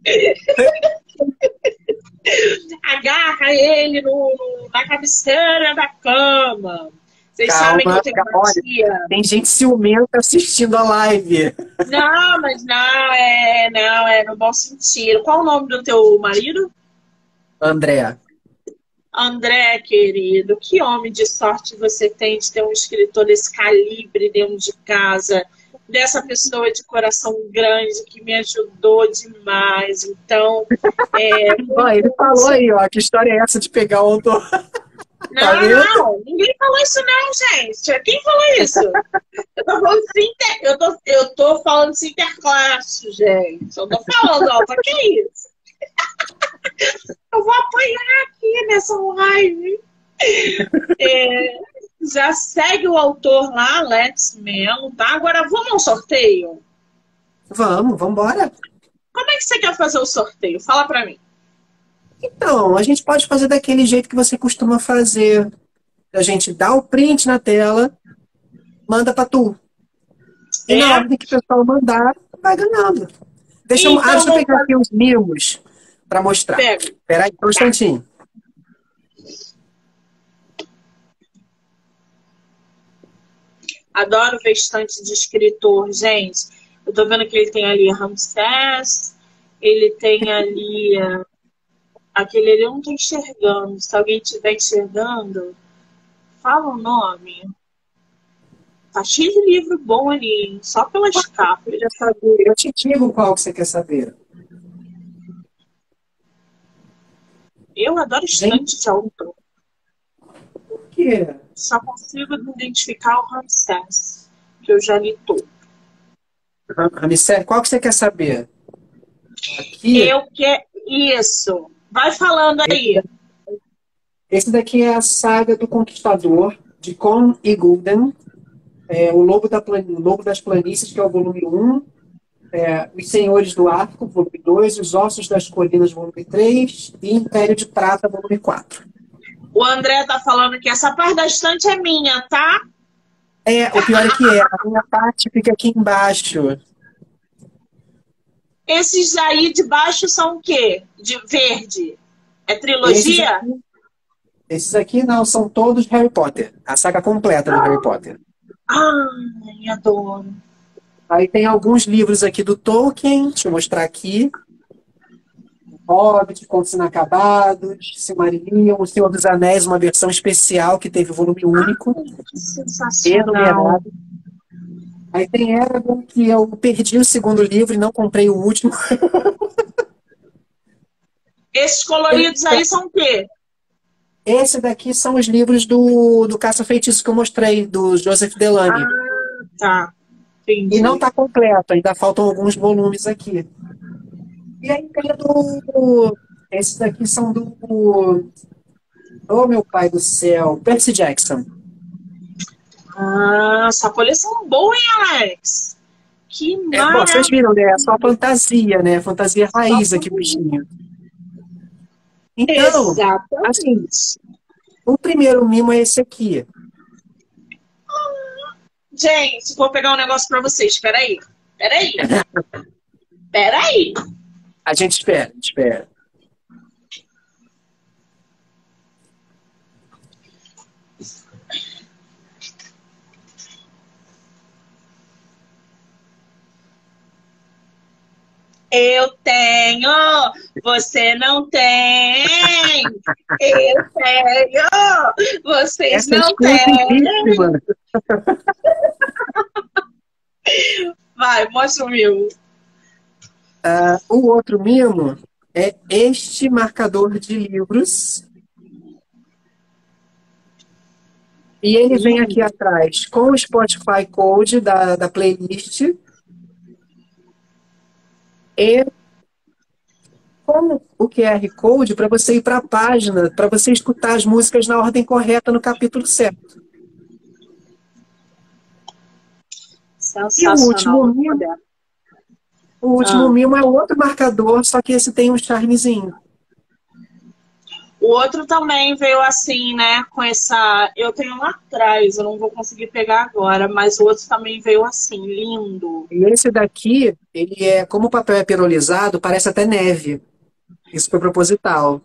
Agarra ele na cabeceira da cama. Vocês sabem que eu Calma, tenho calma. uma Olha, tia. tem gente ciumenta assistindo a live. Não, mas não é no bom sentido. Qual o nome do teu marido? André, André, querido, que homem de sorte você tem de ter um escritor desse calibre dentro de casa, dessa pessoa de coração grande que me ajudou demais. Então, ó, ele falou aí, ó, que história é essa de pegar o autor? Tá não, vendo? não, ninguém falou isso não, gente. Quem falou isso? Eu tô falando eu tô falando de interclasse, gente. Eu tô falando, ó, que é isso? Eu vou apanhar aqui nessa live. Já segue o autor lá, Alex Melo, tá? Agora vamos ao sorteio? Vamos embora. Como é que você quer fazer o sorteio? Fala pra mim. Então, a gente pode fazer daquele jeito que você costuma fazer. A gente dá o print na tela, manda pra tu. E na É? ordem que o pessoal mandar, vai ganhando. Deixa Então eu vamos pegar fazer. aqui os mimos para mostrar. Pega. Espera aí, um instantinho. Adoro ver estante de escritor, gente. Eu tô vendo que ele tem ali Ramsés, ele tem ali. Aquele ali eu não tô enxergando. Se alguém estiver enxergando, fala o nome. Tá cheio de livro bom ali, hein? Só pelas capas. Quer saber? Eu te digo qual que você quer saber. Eu adoro estante de autor. Por quê? Só consigo identificar o Ramsés, que eu já li todo. Ramsés, qual que você quer saber? Aqui, Eu quero. Isso. Vai falando aí. esse daqui é a saga do Conquistador, de Con e Gulden. O Lobo das Planícies, que é o volume 1. Os Senhores do Arco, volume 2. Os Ossos das Colinas, volume 3. E Império de Prata, volume 4. O André tá falando que essa parte da estante é minha, tá? O pior é que a minha parte fica aqui embaixo. Esses aí de baixo são o quê? De verde? É trilogia? Esses aqui não, são todos Harry Potter. A saga completa do Harry Potter. Ai, adoro. Aí tem alguns livros aqui do Tolkien, deixa eu mostrar aqui. Hobbit, Contos Inacabados, Silmarillion, O Senhor dos Anéis, uma versão especial que teve volume único, Que sensacional. enumerado. Aí tem Eragon, que eu perdi o segundo livro e não comprei o último. Esses coloridos aí são o quê? Esse daqui são os livros do Caça-Feitiço que eu mostrei, do Joseph Delany. Tá. E Entendi. não está completo, ainda faltam alguns volumes aqui. E aí tem esses daqui são do... Oh, meu pai do céu, Percy Jackson. Essa coleção boa, hein, Alex? Que Bom, vocês maravilha. viram, né? É só fantasia, né? Fantasia raiz aqui, bichinho. Então, assim, Exatamente. o primeiro mimo é esse aqui. Gente, vou pegar um negócio pra vocês. Peraí. Peraí. Peraí. A gente espera, espera. Eu tenho, você não tem. Eu tenho, vocês Essa é não têm. exclusivíssima. Vai, mostra o meu. O outro mimo é este marcador de livros. E ele vem aqui atrás com o Spotify Code da playlist. E com o QR Code para você ir para a página, para você escutar as músicas na ordem correta no capítulo certo. E o último mimo é outro marcador, só que esse tem um charmezinho. O outro também veio assim, né? Com essa. Eu tenho lá atrás, eu não vou conseguir pegar agora, mas o outro também veio assim, lindo. E esse daqui, ele é, como o papel é perolizado, parece até neve. Isso foi proposital.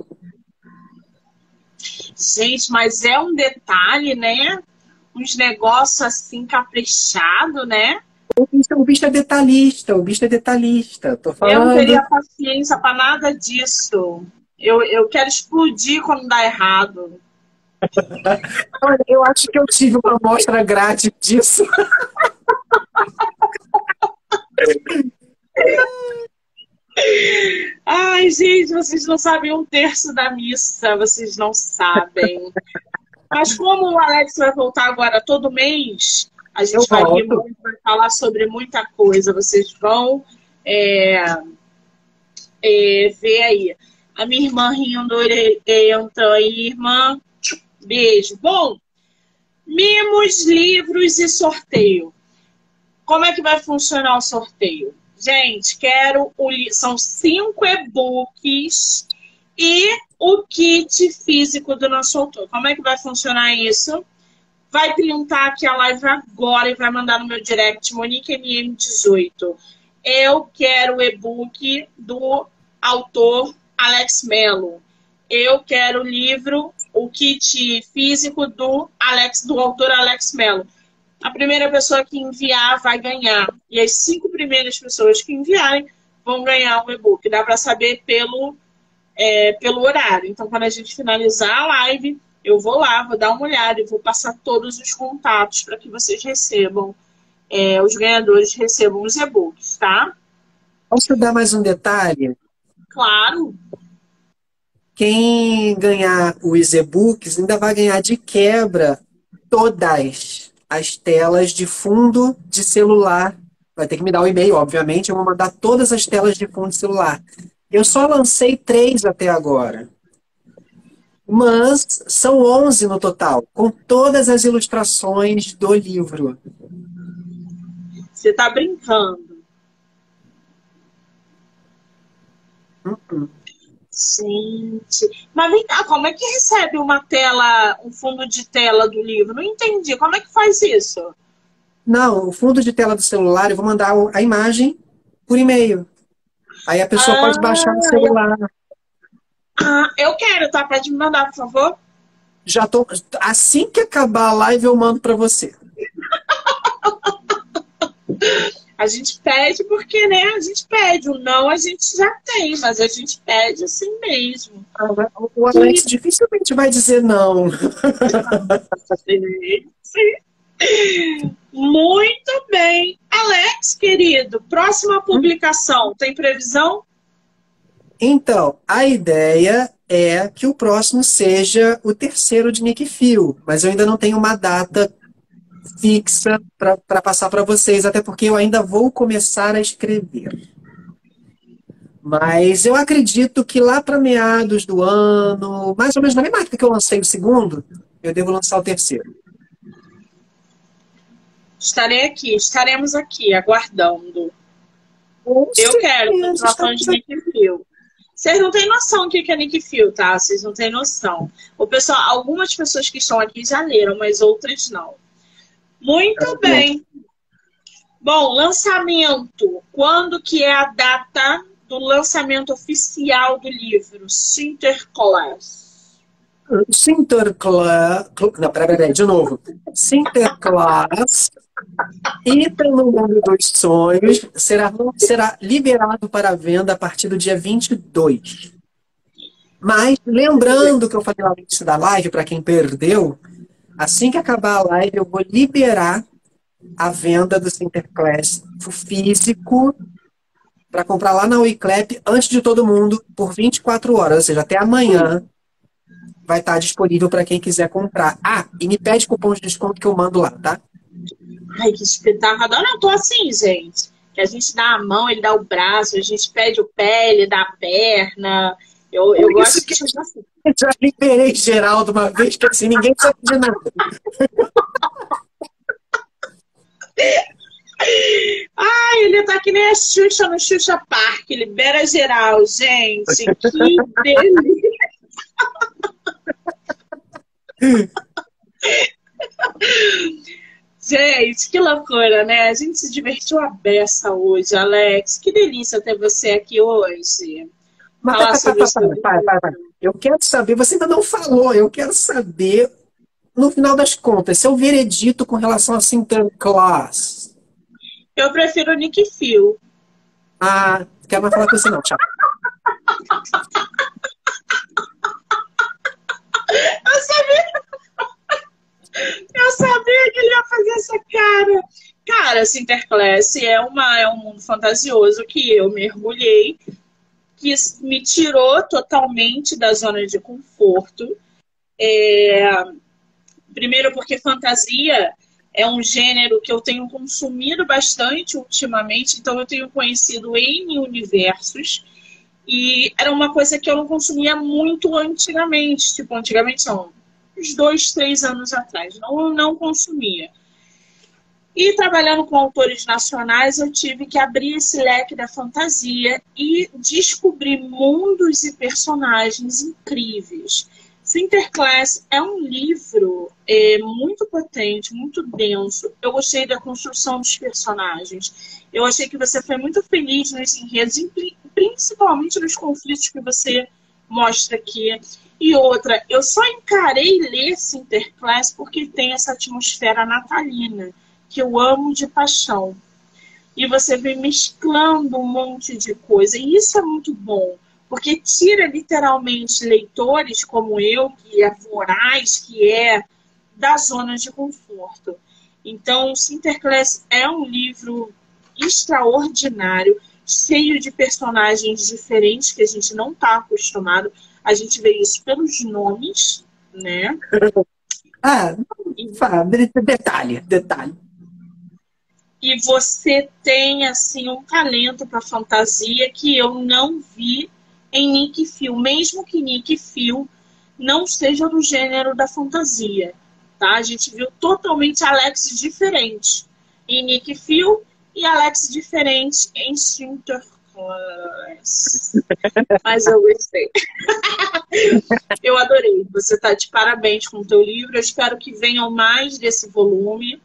Gente, mas é um detalhe, né? Uns negócios assim caprichado, né? O bicho é detalhista, o bicho é detalhista. Tô Eu não falando. teria paciência para nada disso. Eu quero explodir quando dá errado. Olha, eu acho que eu tive uma amostra grátis disso. Ai, gente, vocês não sabem um terço da missa, vocês não sabem. Mas como o Alex vai voltar agora todo mês, a gente vai rir muito, vai falar sobre muita coisa. Vocês vão ver aí. A minha irmã rindo, entra aí, irmã. Beijo. Bom, mimos, livros e sorteio. Como é que vai funcionar o sorteio? Gente, são 5 e-books e o kit físico do nosso autor. Como é que vai funcionar isso? Vai printar aqui a live agora e vai mandar no meu direct, MoniqueMM18. Eu quero o e-book do autor Alex Mello. Eu quero o livro, o kit físico do autor Alex Mello. A primeira pessoa que enviar vai ganhar. E as 5 primeiras pessoas que enviarem vão ganhar um e-book. Dá para saber pelo horário. Então, quando a gente finalizar a live, eu vou lá, vou dar uma olhada e vou passar todos os contatos para que vocês recebam, os ganhadores recebam os e-books, tá? Posso dar mais um detalhe? Claro. Quem ganhar os e-books ainda vai ganhar de quebra todas as telas de fundo de celular. Vai ter que me dar o e-mail, obviamente. Eu vou mandar todas as telas de fundo de celular. Eu só lancei 3 até agora. Mas são 11 no total, com todas as ilustrações do livro. Você tá brincando. Gente, mas vem cá, como é que recebe um fundo de tela do livro? Não entendi. Como é que faz isso? Não, o fundo de tela do celular, eu vou mandar a imagem por e-mail. Aí a pessoa pode baixar no celular. Eu quero, tá? Pode me mandar, por favor? Já tô, assim que acabar a live, eu mando para você. A gente pede porque, né, a gente pede. O não a gente já tem, mas a gente pede assim mesmo. O Alex dificilmente vai dizer não. Muito bem. Alex, querido, próxima publicação, tem previsão? Então, a ideia é que o próximo seja o terceiro de Nick Fury, mas eu ainda não tenho uma data fixa para passar para vocês, até porque eu ainda vou começar a escrever. Mas eu acredito que lá para meados do ano, mais ou menos na mesma época que eu lancei o segundo, eu devo lançar o terceiro. Estaremos aqui aguardando. Com Eu quero certeza, continuação de estamos aqui. Nick Fury. Vocês não têm noção do que é Nick Fury, tá? Vocês não têm noção. O pessoal, algumas pessoas que estão aqui já leram, mas outras não. Muito bem. Bom, lançamento. Quando que é a data do lançamento oficial do livro? Sinterklaas. Sinterklaas. Não, peraí, de novo. Sinterklaas, Item no Mundo dos Sonhos, será liberado para venda a partir do dia 22. Mas, lembrando que eu falei lá no início da live, para quem perdeu, assim que acabar a live, eu vou liberar a venda do Sinterklaas físico para comprar lá na Wiclap antes de todo mundo por 24 horas, ou seja, até amanhã vai estar disponível para quem quiser comprar. Ah, e me pede cupom de desconto que eu mando lá, tá? Ai, que espetáculo. Eu não tô assim, gente. Que a gente dá a mão, ele dá o braço, a gente pede o pé, ele dá a perna. Eu gosto de fazer assim. Já liberei Geraldo uma vez, que assim, ninguém sabe de nada. Ai, ele tá que nem a Xuxa no Xuxa Park, libera geral, gente. Que delícia. Gente, que loucura, né? A gente se divertiu a beça hoje, Alex. Que delícia ter você aqui hoje. Falar sobre isso. Eu quero saber, você ainda não falou, eu quero saber, no final das contas, seu veredito com relação a Sinterklaas. Eu prefiro o Nick Fury. Ah, não quero mais falar com você não, tchau. Eu sabia que ele ia fazer essa cara. Cara, Sinterklaas é um mundo fantasioso que eu mergulhei, que me tirou totalmente da zona de conforto. Primeiro porque fantasia é um gênero que eu tenho consumido bastante ultimamente, então eu tenho conhecido N universos, e era uma coisa que eu não consumia muito antigamente, tipo, antigamente não, uns 2, 3 anos atrás, não consumia. E trabalhando com autores nacionais, eu tive que abrir esse leque da fantasia e descobrir mundos e personagens incríveis. Sinterklaas é um livro muito potente, muito denso. Eu gostei da construção dos personagens. Eu achei que você foi muito feliz nos enredos, principalmente nos conflitos que você mostra aqui. E outra, eu só encarei ler Sinterklaas porque tem essa atmosfera natalina, que eu amo de paixão. E você vem mesclando um monte de coisa. E isso é muito bom, porque tira literalmente leitores como eu, que é voraz, que é da zona de conforto. Então, Sinterklaas é um livro extraordinário, cheio de personagens diferentes que a gente não está acostumado. A gente vê isso pelos nomes, né? Ah, detalhe. E você tem, assim, um talento para fantasia que eu não vi em Nick Fury, mesmo que Nick Fury não seja do gênero da fantasia, tá? A gente viu totalmente Alex diferente em Nick Fury e Alex diferente em Sinterklaas. Mas eu gostei. Eu adorei. Você tá de parabéns com o teu livro. Eu espero que venham mais desse volume.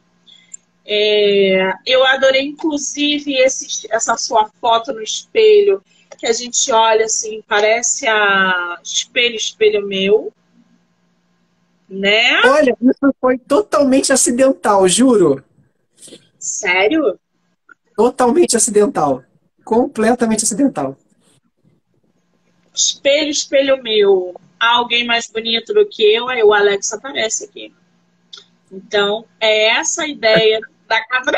Eu adorei, inclusive, essa sua foto no espelho, que a gente olha assim, parece a espelho meu, né? Olha, isso foi totalmente acidental, juro. Sério? Totalmente acidental. Completamente acidental. Espelho, espelho meu. Há alguém mais bonito do que eu? Aí o Alex aparece aqui. Então, é essa a ideia da cabra.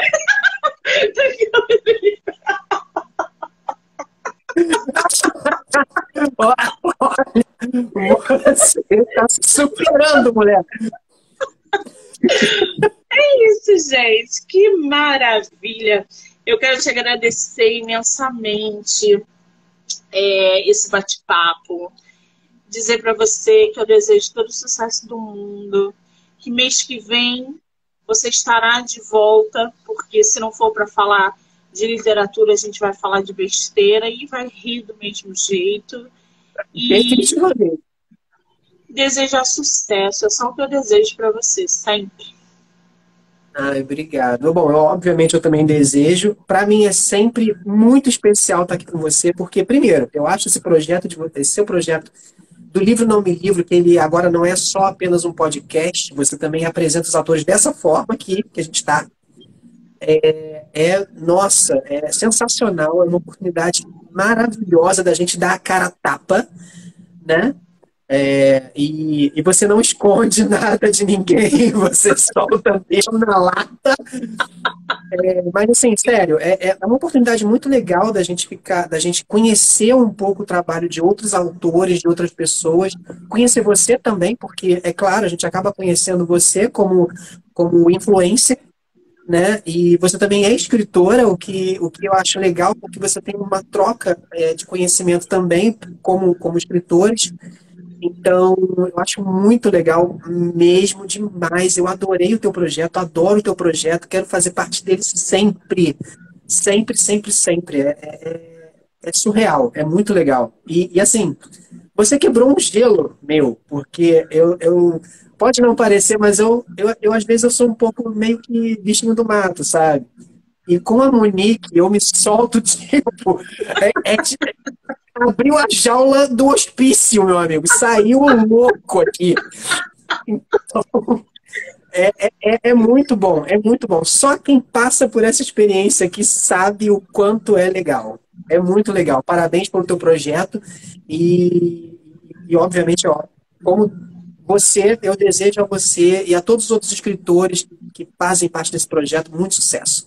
Você está se superando, mulher. É isso, gente. Que maravilha. Eu quero te agradecer imensamente esse bate-papo. Dizer para você que eu desejo todo o sucesso do mundo. Que mês que vem você estará de volta, porque se não for para falar de literatura, a gente vai falar de besteira e vai rir do mesmo jeito. E Definitivamente. desejar sucesso. É só o que eu desejo para você, sempre. Ai, obrigado. Bom, obviamente eu também desejo. Para mim é sempre muito especial estar aqui com você, porque, primeiro, eu acho esse seu projeto do Livro Não Me Livro, que ele agora não é só apenas um podcast, você também apresenta os autores dessa forma aqui, que a gente está. Nossa, é sensacional, é uma oportunidade maravilhosa da gente dar a cara a tapa, né? E você não esconde nada de ninguém, você solta mesmo na lata. Mas assim, sério, é uma oportunidade muito legal da gente conhecer um pouco o trabalho de outros autores, de outras pessoas, conhecer você também, porque, é claro, a gente acaba conhecendo você como influencer, né? E você também é escritora, o que eu acho legal, porque você tem uma troca de conhecimento também como escritores. Então, eu acho muito legal mesmo, demais. Eu adorei o teu projeto, adoro o teu projeto, quero fazer parte dele sempre. Sempre, sempre, sempre. É surreal, é muito legal. E assim, você quebrou um gelo meu, porque pode não parecer, mas eu às vezes eu sou um pouco meio que bichinho do mato, sabe? E com a Monique, eu me solto, tipo, abriu a jaula do hospício, meu amigo. Saiu o louco aqui. Então, é muito bom, é muito bom. Só quem passa por essa experiência aqui sabe o quanto é legal. É muito legal. Parabéns pelo teu projeto. Obviamente, ó, como eu desejo a você e a todos os outros escritores que fazem parte desse projeto muito sucesso.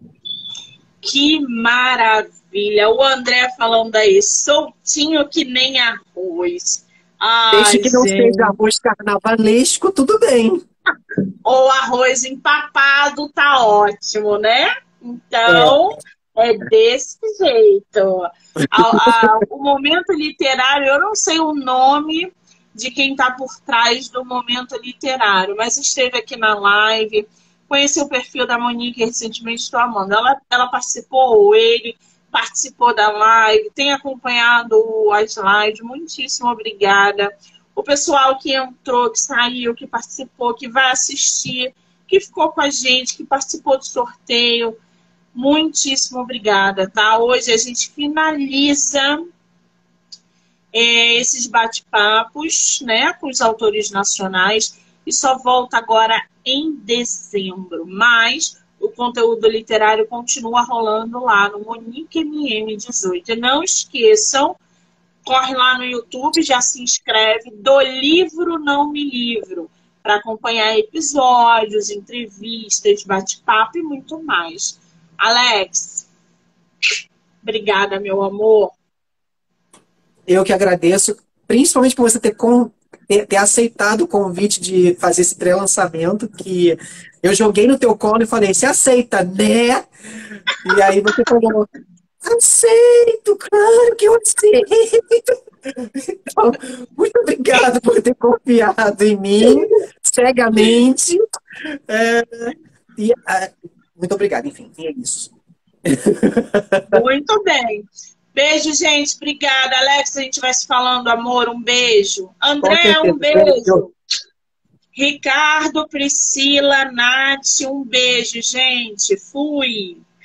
Que maravilha! O André falando aí, soltinho que nem arroz. Desde Ai, que não seja gente. arroz carnavalesco, tudo bem. Ou arroz empapado, tá ótimo, né? É, Então, é desse jeito. O momento literário, eu não sei o nome de quem está por trás do momento literário, mas esteve aqui na live, conheci o perfil da Monique recentemente, estou amando. Ela participou, ou ele participou da live, tem acompanhado as lives, muitíssimo obrigada. O pessoal que entrou, que saiu, que participou, que vai assistir, que ficou com a gente, que participou do sorteio, muitíssimo obrigada, tá? Hoje a gente finaliza esses bate-papos, né, com os autores nacionais e só volta agora em dezembro. Mas o conteúdo literário continua rolando lá no Monique MM18. E não esqueçam, corre lá no YouTube, já se inscreve, do Livro Não Me Livro, para acompanhar episódios, entrevistas, bate-papo e muito mais. Alex, obrigada, meu amor. Eu que agradeço, principalmente por você ter aceitado o convite de fazer esse pré-lançamento, que eu joguei no teu colo e falei, você aceita, né? E aí você falou, aceito, claro que eu aceito. Então, muito obrigado por ter confiado em mim cegamente. É, muito obrigado, enfim, é isso. Muito bem. Beijo, gente. Obrigada, Alex. A gente vai se falando, amor. Um beijo. Com André, um certeza. beijo. Ricardo, Priscila, Nath, um beijo, gente. Fui.